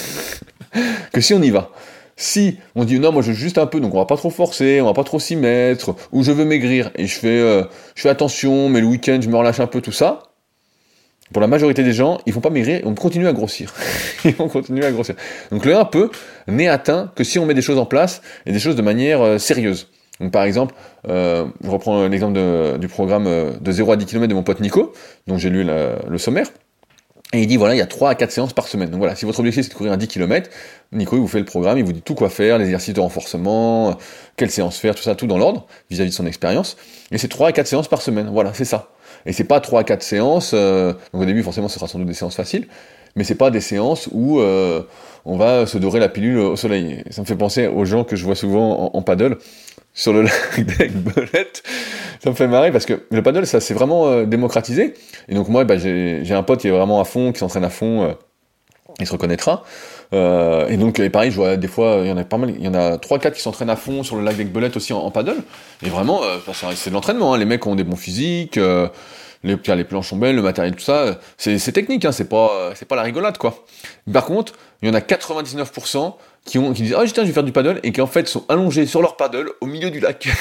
que si on y va. Si on dit non, moi je veux juste un peu, donc on va pas trop forcer, on va pas trop s'y mettre, ou je veux maigrir et je fais, euh, je fais attention, mais le week-end je me relâche un peu, tout ça. Pour la majorité des gens, ils vont pas maigrir et on continue à grossir. Ils vont continuer à grossir. Donc le un peu n'est atteint que si on met des choses en place et des choses de manière euh, sérieuse. Donc par exemple, euh, je reprends l'exemple de, du programme euh, de zéro à dix kilomètres de mon pote Nico, dont j'ai lu la, le sommaire. Et il dit, voilà, il y a trois à quatre séances par semaine. Donc voilà, si votre objectif c'est de courir un dix kilomètres, Nico, il vous fait le programme, il vous dit tout quoi faire, les exercices de renforcement, quelles séances faire, tout ça, tout dans l'ordre, vis-à-vis de son expérience. Et c'est trois à quatre séances par semaine. Voilà, c'est ça. Et c'est pas trois à quatre séances, euh, donc au début, forcément, ce sera sans doute des séances faciles, mais c'est pas des séances où euh, on va se dorer la pilule au soleil. Et ça me fait penser aux gens que je vois souvent en, en paddle, sur le lac d'Aiguebelette. Ça me fait marrer parce que le paddle, ça s'est vraiment euh, démocratisé. Et donc moi, bah, j'ai, j'ai un pote qui est vraiment à fond, qui s'entraîne à fond, euh, il se reconnaîtra. Euh, et donc, et pareil, je vois des fois, il y en a pas mal, il y en a trois quatre qui s'entraînent à fond sur le lac d'Aiguebelette aussi en, en paddle. Et vraiment, euh, c'est, c'est de l'entraînement, hein. Les mecs ont des bons physiques, euh, les, les planches sont belles, le matériel, tout ça, c'est, c'est technique, hein, c'est pas, c'est pas la rigolade, quoi. Par contre, il y en a quatre-vingt-dix-neuf pour cent qui, ont, qui disent « Ah, oh, tiens, je vais faire du paddle », et qui en fait sont allongés sur leur paddle au milieu du lac.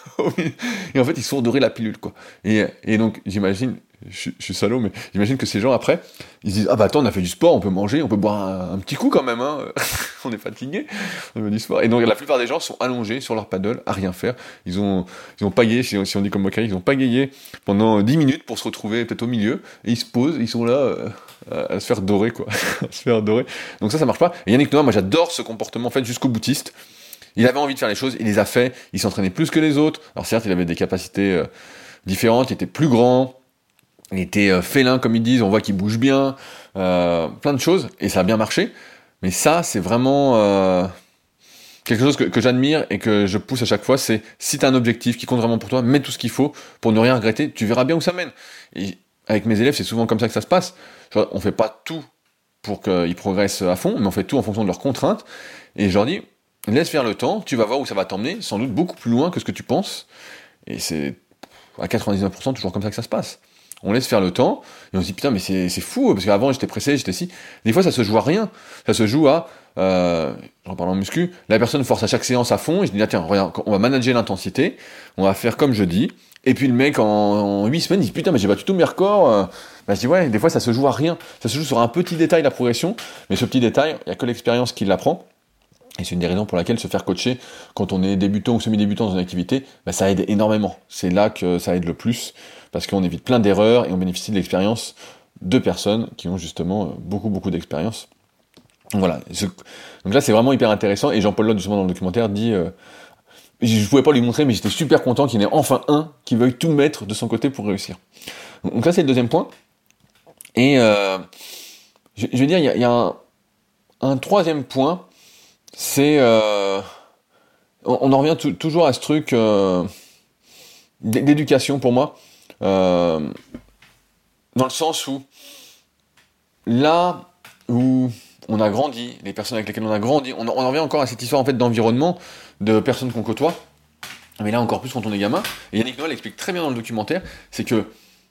Et en fait, ils se font dorer la pilule, quoi. Et, et donc, j'imagine, je, je suis salaud, mais j'imagine que ces gens, après, ils se disent « Ah bah attends, on a fait du sport, on peut manger, on peut boire un, un petit coup quand même, hein. On est fatigué, on fait du sport. » Et donc, la plupart des gens sont allongés sur leur paddle, à rien faire. Ils ont, ils ont pagayé, si on, si on dit comme moquerie, ils ont pagayé pendant dix minutes pour se retrouver peut-être au milieu, et ils se posent, ils sont là euh, à, à se faire dorer, quoi. à se faire dorer. Donc ça, ça marche pas. Et Yannick Noah, moi j'adore ce comportement, en fait, jusqu'au boutiste. Il avait envie de faire les choses, il les a fait, il s'entraînait plus que les autres. Alors certes, il avait des capacités euh, différentes, il était plus grand, il était euh, félin comme ils disent, on voit qu'il bouge bien, euh, plein de choses, et ça a bien marché. Mais ça, c'est vraiment euh, quelque chose que, que j'admire et que je pousse à chaque fois, c'est si tu as un objectif qui compte vraiment pour toi, mets tout ce qu'il faut pour ne rien regretter, tu verras bien où ça mène. Et avec mes élèves, c'est souvent comme ça que ça se passe. Genre, on fait pas tout pour qu'ils progressent à fond, mais on fait tout en fonction de leurs contraintes. Et je leur dis, laisse faire le temps, tu vas voir où ça va t'emmener, sans doute beaucoup plus loin que ce que tu penses. Et c'est à quatre-vingt-dix-neuf pour cent toujours comme ça que ça se passe. On laisse faire le temps, et on se dit putain mais c'est, c'est fou, parce qu'avant j'étais pressé, j'étais si. Des fois ça se joue à rien, ça se joue à, euh, j'en parle en muscu, la personne force à chaque séance à fond, et je dis ah, tiens, regarde, on va manager l'intensité, on va faire comme je dis, et puis le mec en, en huit semaines il dit putain mais j'ai battu tous mes records, euh, bah je dis ouais, des fois ça se joue à rien, ça se joue sur un petit détail la progression, mais ce petit détail, il n'y a que l'expérience qui l'apprend. Et c'est une des raisons pour laquelle se faire coacher quand on est débutant ou semi-débutant dans une activité, bah ça aide énormément. C'est là que ça aide le plus, parce qu'on évite plein d'erreurs et on bénéficie de l'expérience de personnes qui ont justement beaucoup beaucoup d'expérience. Donc voilà. Donc là c'est vraiment hyper intéressant, et Jean-Paul Lotte justement dans le documentaire dit euh, je pouvais pas lui montrer, mais j'étais super content qu'il y en ait enfin un qui veuille tout mettre de son côté pour réussir. Donc ça c'est le deuxième point. Et euh, je, je veux dire, il y a, y a un, un troisième point. C'est euh, on, on en revient t- toujours à ce truc euh, d'éducation pour moi, euh, dans le sens où là où on a grandi, les personnes avec lesquelles on a grandi, on, on en revient encore à cette histoire en fait d'environnement, de personnes qu'on côtoie, mais là encore plus quand on est gamin. Et Yannick Noah l'explique très bien dans le documentaire, c'est que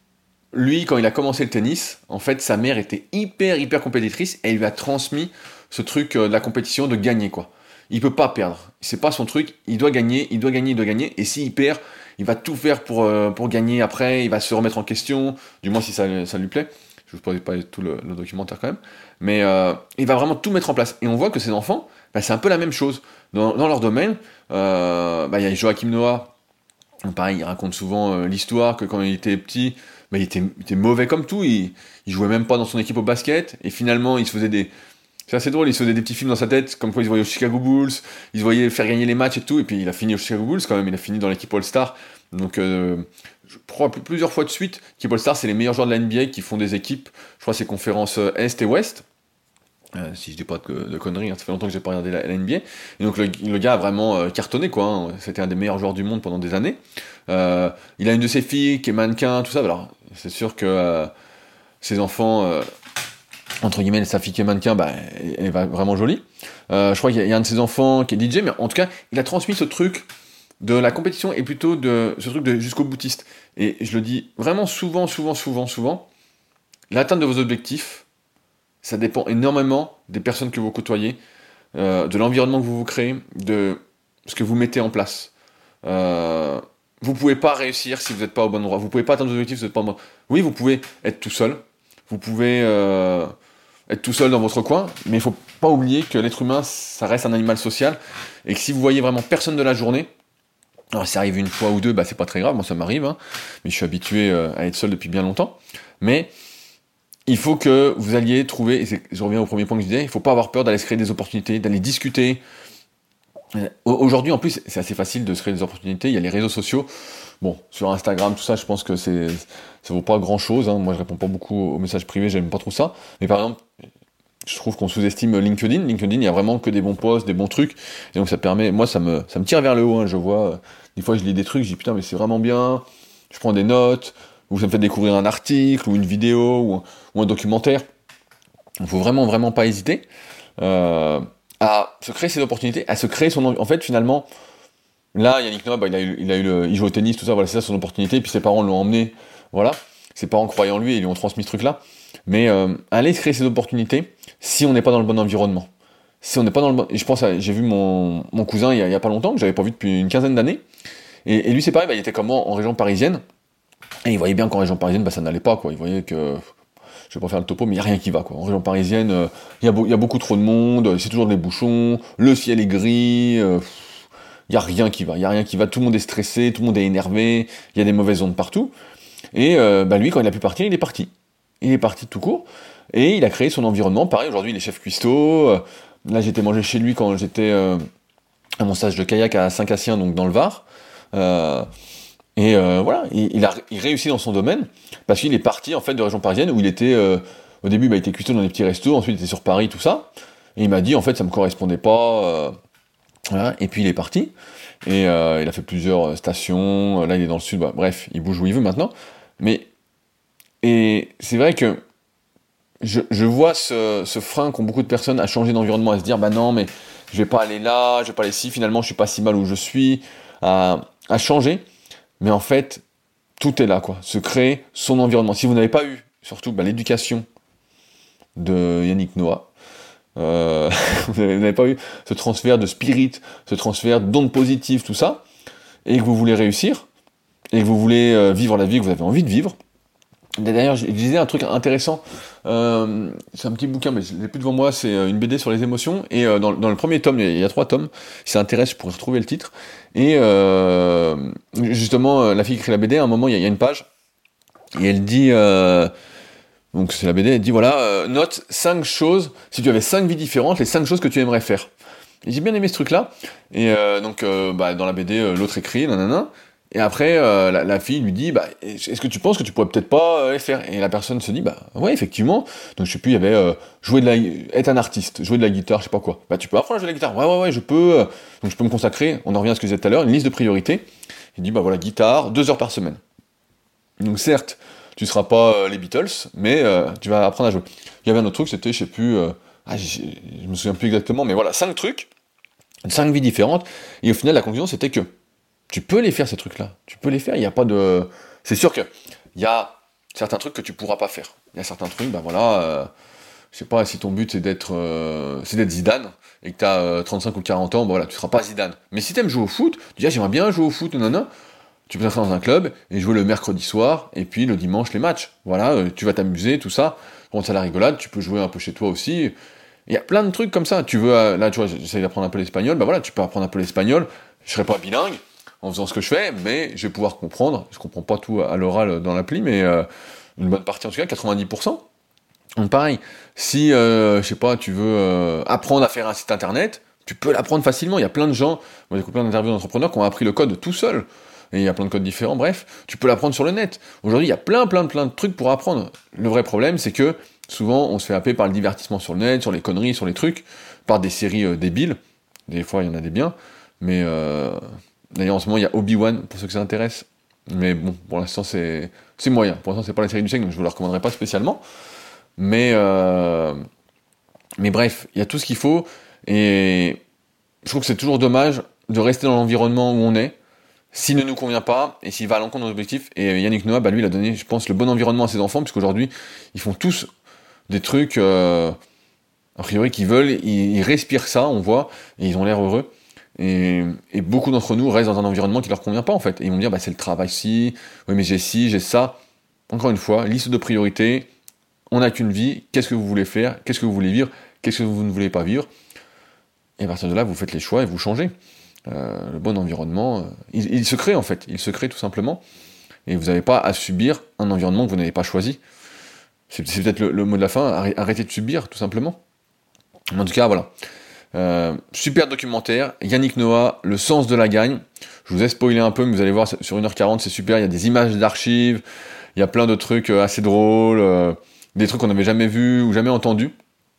lui, quand il a commencé le tennis, en fait, sa mère était hyper, hyper compétitrice, et il lui a transmis ce truc euh, de la compétition, de gagner, quoi. Il peut pas perdre. C'est pas son truc, il doit gagner, il doit gagner, il doit gagner, et s'il perd, il va tout faire pour, euh, pour gagner après, il va se remettre en question, du moins si ça, ça lui plaît. Je vous pose pas tout le, le documentaire quand même. Mais euh, il va vraiment tout mettre en place. Et on voit que ces enfants, bah, c'est un peu la même chose. Dans, dans leur domaine, euh, bah, il y a Joachim Noah, pareil, il raconte souvent euh, l'histoire que quand il était petit, bah, il, était, il était mauvais comme tout, il, il jouait même pas dans son équipe au basket, et finalement il se faisait des... C'est assez drôle, il se faisait des petits films dans sa tête, comme quoi il se voyait au Chicago Bulls, il se voyait faire gagner les matchs et tout, et puis il a fini au Chicago Bulls quand même, il a fini dans l'équipe All-Star, donc euh, je crois plusieurs fois de suite, l'équipe All-Star c'est les meilleurs joueurs de la N B A qui font des équipes, je crois c'est conférences Est et Ouest, Euh, si je dis pas de, de conneries, hein, ça fait longtemps que j'ai pas regardé la, la N B A. Et donc le, le gars a vraiment euh, cartonné, quoi. Hein. C'était un des meilleurs joueurs du monde pendant des années. Euh, il a une de ses filles qui est mannequin, tout ça. Alors c'est sûr que euh, ses enfants, euh, entre guillemets, sa fille qui est mannequin, bah, elle, elle va vraiment jolie. Euh, je crois qu'il y a, il y a un de ses enfants qui est D J, mais en tout cas, il a transmis ce truc de la compétition et plutôt de ce truc de jusqu'au boutiste. Et je le dis vraiment souvent, souvent, souvent, souvent. L'atteinte de vos objectifs, ça dépend énormément des personnes que vous côtoyez, euh, de l'environnement que vous vous créez, de ce que vous mettez en place. Euh, vous pouvez pas réussir si vous n'êtes pas au bon endroit. Vous pouvez pas atteindre vos objectifs si vous n'êtes pas au bon endroit. Oui, vous pouvez être tout seul. Vous pouvez euh, être tout seul dans votre coin, mais il faut pas oublier que l'être humain, ça reste un animal social, et que si vous voyez vraiment personne de la journée, alors si ça arrive une fois ou deux, bah c'est pas très grave, moi ça m'arrive, hein, mais je suis habitué euh, à être seul depuis bien longtemps. Mais il faut que vous alliez trouver, et c'est, je reviens au premier point que je disais, il faut pas avoir peur d'aller se créer des opportunités, d'aller discuter. Aujourd'hui, en plus, c'est assez facile de se créer des opportunités, il y a les réseaux sociaux. Bon, sur Instagram, tout ça, je pense que c'est, ça vaut pas grand chose, hein. Moi, je réponds pas beaucoup aux messages privés, j'aime pas trop ça. Mais par exemple, je trouve qu'on sous-estime LinkedIn. LinkedIn, il y a vraiment que des bons posts, des bons trucs. Et donc, ça permet, moi, ça me, ça me tire vers le haut, hein. Je vois, des fois, je lis des trucs, je dis putain, mais c'est vraiment bien. Je prends des notes, ou ça me fait découvrir un article, ou une vidéo, ou, ou un documentaire. Il faut vraiment, vraiment pas hésiter euh, à se créer ces opportunités, à se créer son... En fait, finalement, là, Yannick Noah, bah, il, a eu, il, a eu le, il joue au tennis, tout ça, voilà, c'est ça son opportunité, puis ses parents l'ont emmené, voilà. ses parents croyaient en lui et ils lui ont transmis ce truc-là. Mais euh, aller se créer ces opportunités si on n'est pas dans le bon environnement. Si on n'est pas dans le bon... Et je pense, à... j'ai vu mon, mon cousin il y, a, il y a pas longtemps, que j'avais pas vu depuis une quinzaine d'années. Et, et lui, c'est pareil, bah, il était comme moi en région parisienne. Et il voyait bien qu'en région parisienne, bah, ça n'allait pas, quoi. Il voyait que... Je vais pas faire le topo, mais il n'y a rien qui va, quoi. En région parisienne, il euh, y, a beau, y a beaucoup trop de monde, c'est toujours des bouchons, le ciel est gris, il euh, n'y a rien qui va, il y a rien qui va, tout le monde est stressé, tout le monde est énervé, il y a des mauvaises ondes partout. Et euh, bah, lui, quand il a pu partir, il est parti. Il est parti tout court, et il a créé son environnement. Pareil, aujourd'hui, il est chef cuistot. Euh, là, j'étais manger chez lui quand j'étais euh, à mon stage de kayak à Saint-Cassien, donc dans le Var. Euh, Et euh, voilà, il, il a il réussit dans son domaine, parce qu'il est parti en fait de région parisienne, où il était, euh, au début bah, il était cuistot dans des petits restos, ensuite il était sur Paris, tout ça, et il m'a dit en fait ça me correspondait pas, euh, voilà, et puis il est parti, et euh, il a fait plusieurs stations, là il est dans le sud, bah, bref, il bouge où il veut maintenant, mais, et c'est vrai que je, je vois ce, ce frein qu'ont beaucoup de personnes à changer d'environnement, à se dire bah non mais je vais pas aller là, je vais pas aller ici, finalement je suis pas si mal où je suis, à, à changer. Mais en fait, tout est là, quoi. Se créer son environnement. Si vous n'avez pas eu, surtout, bah, l'éducation de Yannick Noah, euh, vous n'avez pas eu ce transfert de spirit, ce transfert d'ondes positives, tout ça, et que vous voulez réussir, et que vous voulez euh, vivre la vie que vous avez envie de vivre. D'ailleurs, je disais un truc intéressant, euh, c'est un petit bouquin, mais je l'ai plus devant moi, c'est une B D sur les émotions, et euh, dans, dans le premier tome, il y a trois tomes, si ça intéresse, je pourrais retrouver le titre, et euh, justement, la fille qui écrit la B D, à un moment, il y a, il y a une page, et elle dit, euh, donc c'est la B D, elle dit, voilà, euh, note cinq choses, si tu avais cinq vies différentes, les cinq choses que tu aimerais faire. Et j'ai bien aimé ce truc-là, et euh, donc, euh, bah, dans la B D, euh, l'autre écrit, nanana. Et après, euh, la, la fille lui dit, bah, est-ce que tu penses que tu pourrais peut-être pas euh, les faire? Et la personne se dit, bah, ouais, effectivement. Donc, je sais plus, il y avait euh, jouer de la, être un artiste, jouer de la guitare, je sais pas quoi. Bah, tu peux apprendre à jouer de la guitare. Ouais, ouais, ouais, je peux. euh, Donc, je peux me consacrer. On en revient à ce que je disais tout à l'heure, une liste de priorités. Il dit, bah voilà, guitare, deux heures par semaine. Donc, certes, tu seras pas euh, les Beatles, mais euh, tu vas apprendre à jouer. Il y avait un autre truc, c'était, je sais plus, euh, ah, je me souviens plus exactement, mais voilà, cinq trucs, cinq vies différentes. Et au final, la conclusion, c'était que tu peux les faire, ces trucs-là. Tu peux les faire, il n'y a pas de... C'est sûr que il y a certains trucs que tu pourras pas faire. Il y a certains trucs, ben voilà, euh, je sais pas, si ton but c'est d'être euh, c'est d'être Zidane, et que tu as euh, trente-cinq ou quarante ans, ben voilà, tu seras pas Zidane. Mais si tu aimes jouer au foot, tu dis, ah, j'aimerais bien jouer au foot, non, non, tu peux t'inscrire dans un club, et jouer le mercredi soir, et puis le dimanche les matchs. Voilà, euh, tu vas t'amuser, tout ça. Quand c'est la rigolade, tu peux jouer un peu chez toi aussi. Il y a plein de trucs comme ça. Tu veux, euh, là, tu vois, j'essaie d'apprendre un peu l'espagnol, ben voilà, tu peux apprendre un peu l'espagnol. Je serai pas bilingue en faisant ce que je fais, mais je vais pouvoir comprendre. Je comprends pas tout à l'oral dans l'appli, mais euh, une bonne partie en tout cas, quatre-vingt-dix pour cent. Donc pareil, si, euh, je sais pas, tu veux euh, apprendre à faire un site internet, tu peux l'apprendre facilement. Il y a plein de gens, moi j'ai plein d'interviews d'entrepreneurs qui ont appris le code tout seuls. Et il y a plein de codes différents, bref, tu peux l'apprendre sur le net. Aujourd'hui, il y a plein, plein, plein de trucs pour apprendre. Le vrai problème, c'est que souvent, on se fait happer par le divertissement sur le net, sur les conneries, sur les trucs, par des séries euh, débiles. Des fois, il y en a des biens, mais... Euh... D'ailleurs, en ce moment, il y a Obi-Wan, pour ceux que ça intéresse. Mais bon, pour l'instant, c'est, c'est moyen. Pour l'instant, c'est pas la série du siècle, donc je vous la recommanderai pas spécialement. Mais, euh... mais bref, il y a tout ce qu'il faut. Et je trouve que c'est toujours dommage de rester dans l'environnement où on est, s'il ne nous convient pas, et s'il va à l'encontre de nos objectifs. Et Yannick Noah, bah lui, il a donné, je pense, le bon environnement à ses enfants, puisqu'aujourd'hui, ils font tous des trucs, euh... a priori, qu'ils veulent. Ils, ils respirent ça, on voit, et ils ont l'air heureux. Et, et beaucoup d'entre nous restent dans un environnement qui leur convient pas en fait. Et ils vont me dire, bah c'est le travail ci, oui mais j'ai ci, j'ai ça. Encore une fois, liste de priorités, on n'a qu'une vie, qu'est-ce que vous voulez faire, qu'est-ce que vous voulez vivre, qu'est-ce que vous ne voulez pas vivre. Et à partir de là, vous faites les choix et vous changez. Euh, le bon environnement, euh, il, il se crée en fait, il se crée tout simplement. Et vous n'avez pas à subir un environnement que vous n'avez pas choisi. C'est, c'est peut-être le, le mot de la fin, arrêtez de subir tout simplement. En tout cas, voilà. Euh, super documentaire, Yannick Noah, Le sens de la gagne. Je vous ai spoilé un peu, mais vous allez voir sur une heure quarante, c'est super. Il y a des images d'archives, il y a plein de trucs assez drôles, euh, des trucs qu'on n'avait jamais vus ou jamais entendus.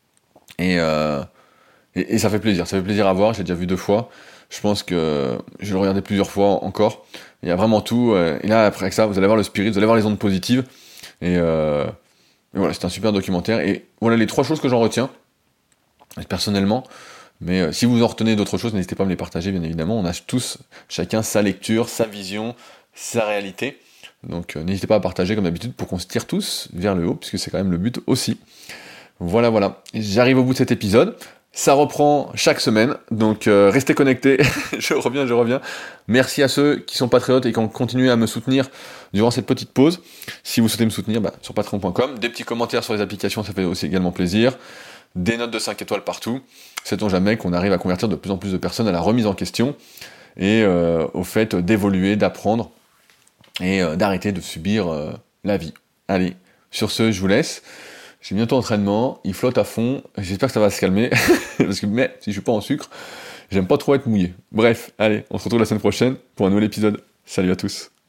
Et, euh, et, et ça fait plaisir, ça fait plaisir à voir. J'ai déjà vu deux fois. Je pense que je vais le regarder plusieurs fois encore. Il y a vraiment tout. Et là, après ça, vous allez voir le spirit, vous allez voir les ondes positives. Et, euh, et voilà, c'est un super documentaire. Et voilà les trois choses que j'en retiens, personnellement. Mais euh, si vous en retenez d'autres choses, n'hésitez pas à me les partager, bien évidemment. On a tous, chacun, sa lecture, sa vision, sa réalité. Donc euh, n'hésitez pas à partager comme d'habitude pour qu'on se tire tous vers le haut, puisque c'est quand même le but aussi. Voilà, voilà. J'arrive au bout de cet épisode. Ça reprend chaque semaine, donc euh, restez connectés. je reviens, je reviens. Merci à ceux qui sont patriotes et qui ont continué à me soutenir durant cette petite pause. Si vous souhaitez me soutenir, bah, sur patreon point com. Des petits commentaires sur les applications, ça fait aussi également plaisir. Des notes de cinq étoiles partout. Sait-on jamais qu'on arrive à convertir de plus en plus de personnes à la remise en question et euh, au fait d'évoluer, d'apprendre et euh, d'arrêter de subir euh, la vie. Allez, sur ce, je vous laisse. J'ai bientôt entraînement, il flotte à fond, j'espère que ça va se calmer, parce que mais si je suis pas en sucre, j'aime pas trop être mouillé. Bref, allez, on se retrouve la semaine prochaine pour un nouvel épisode. Salut à tous.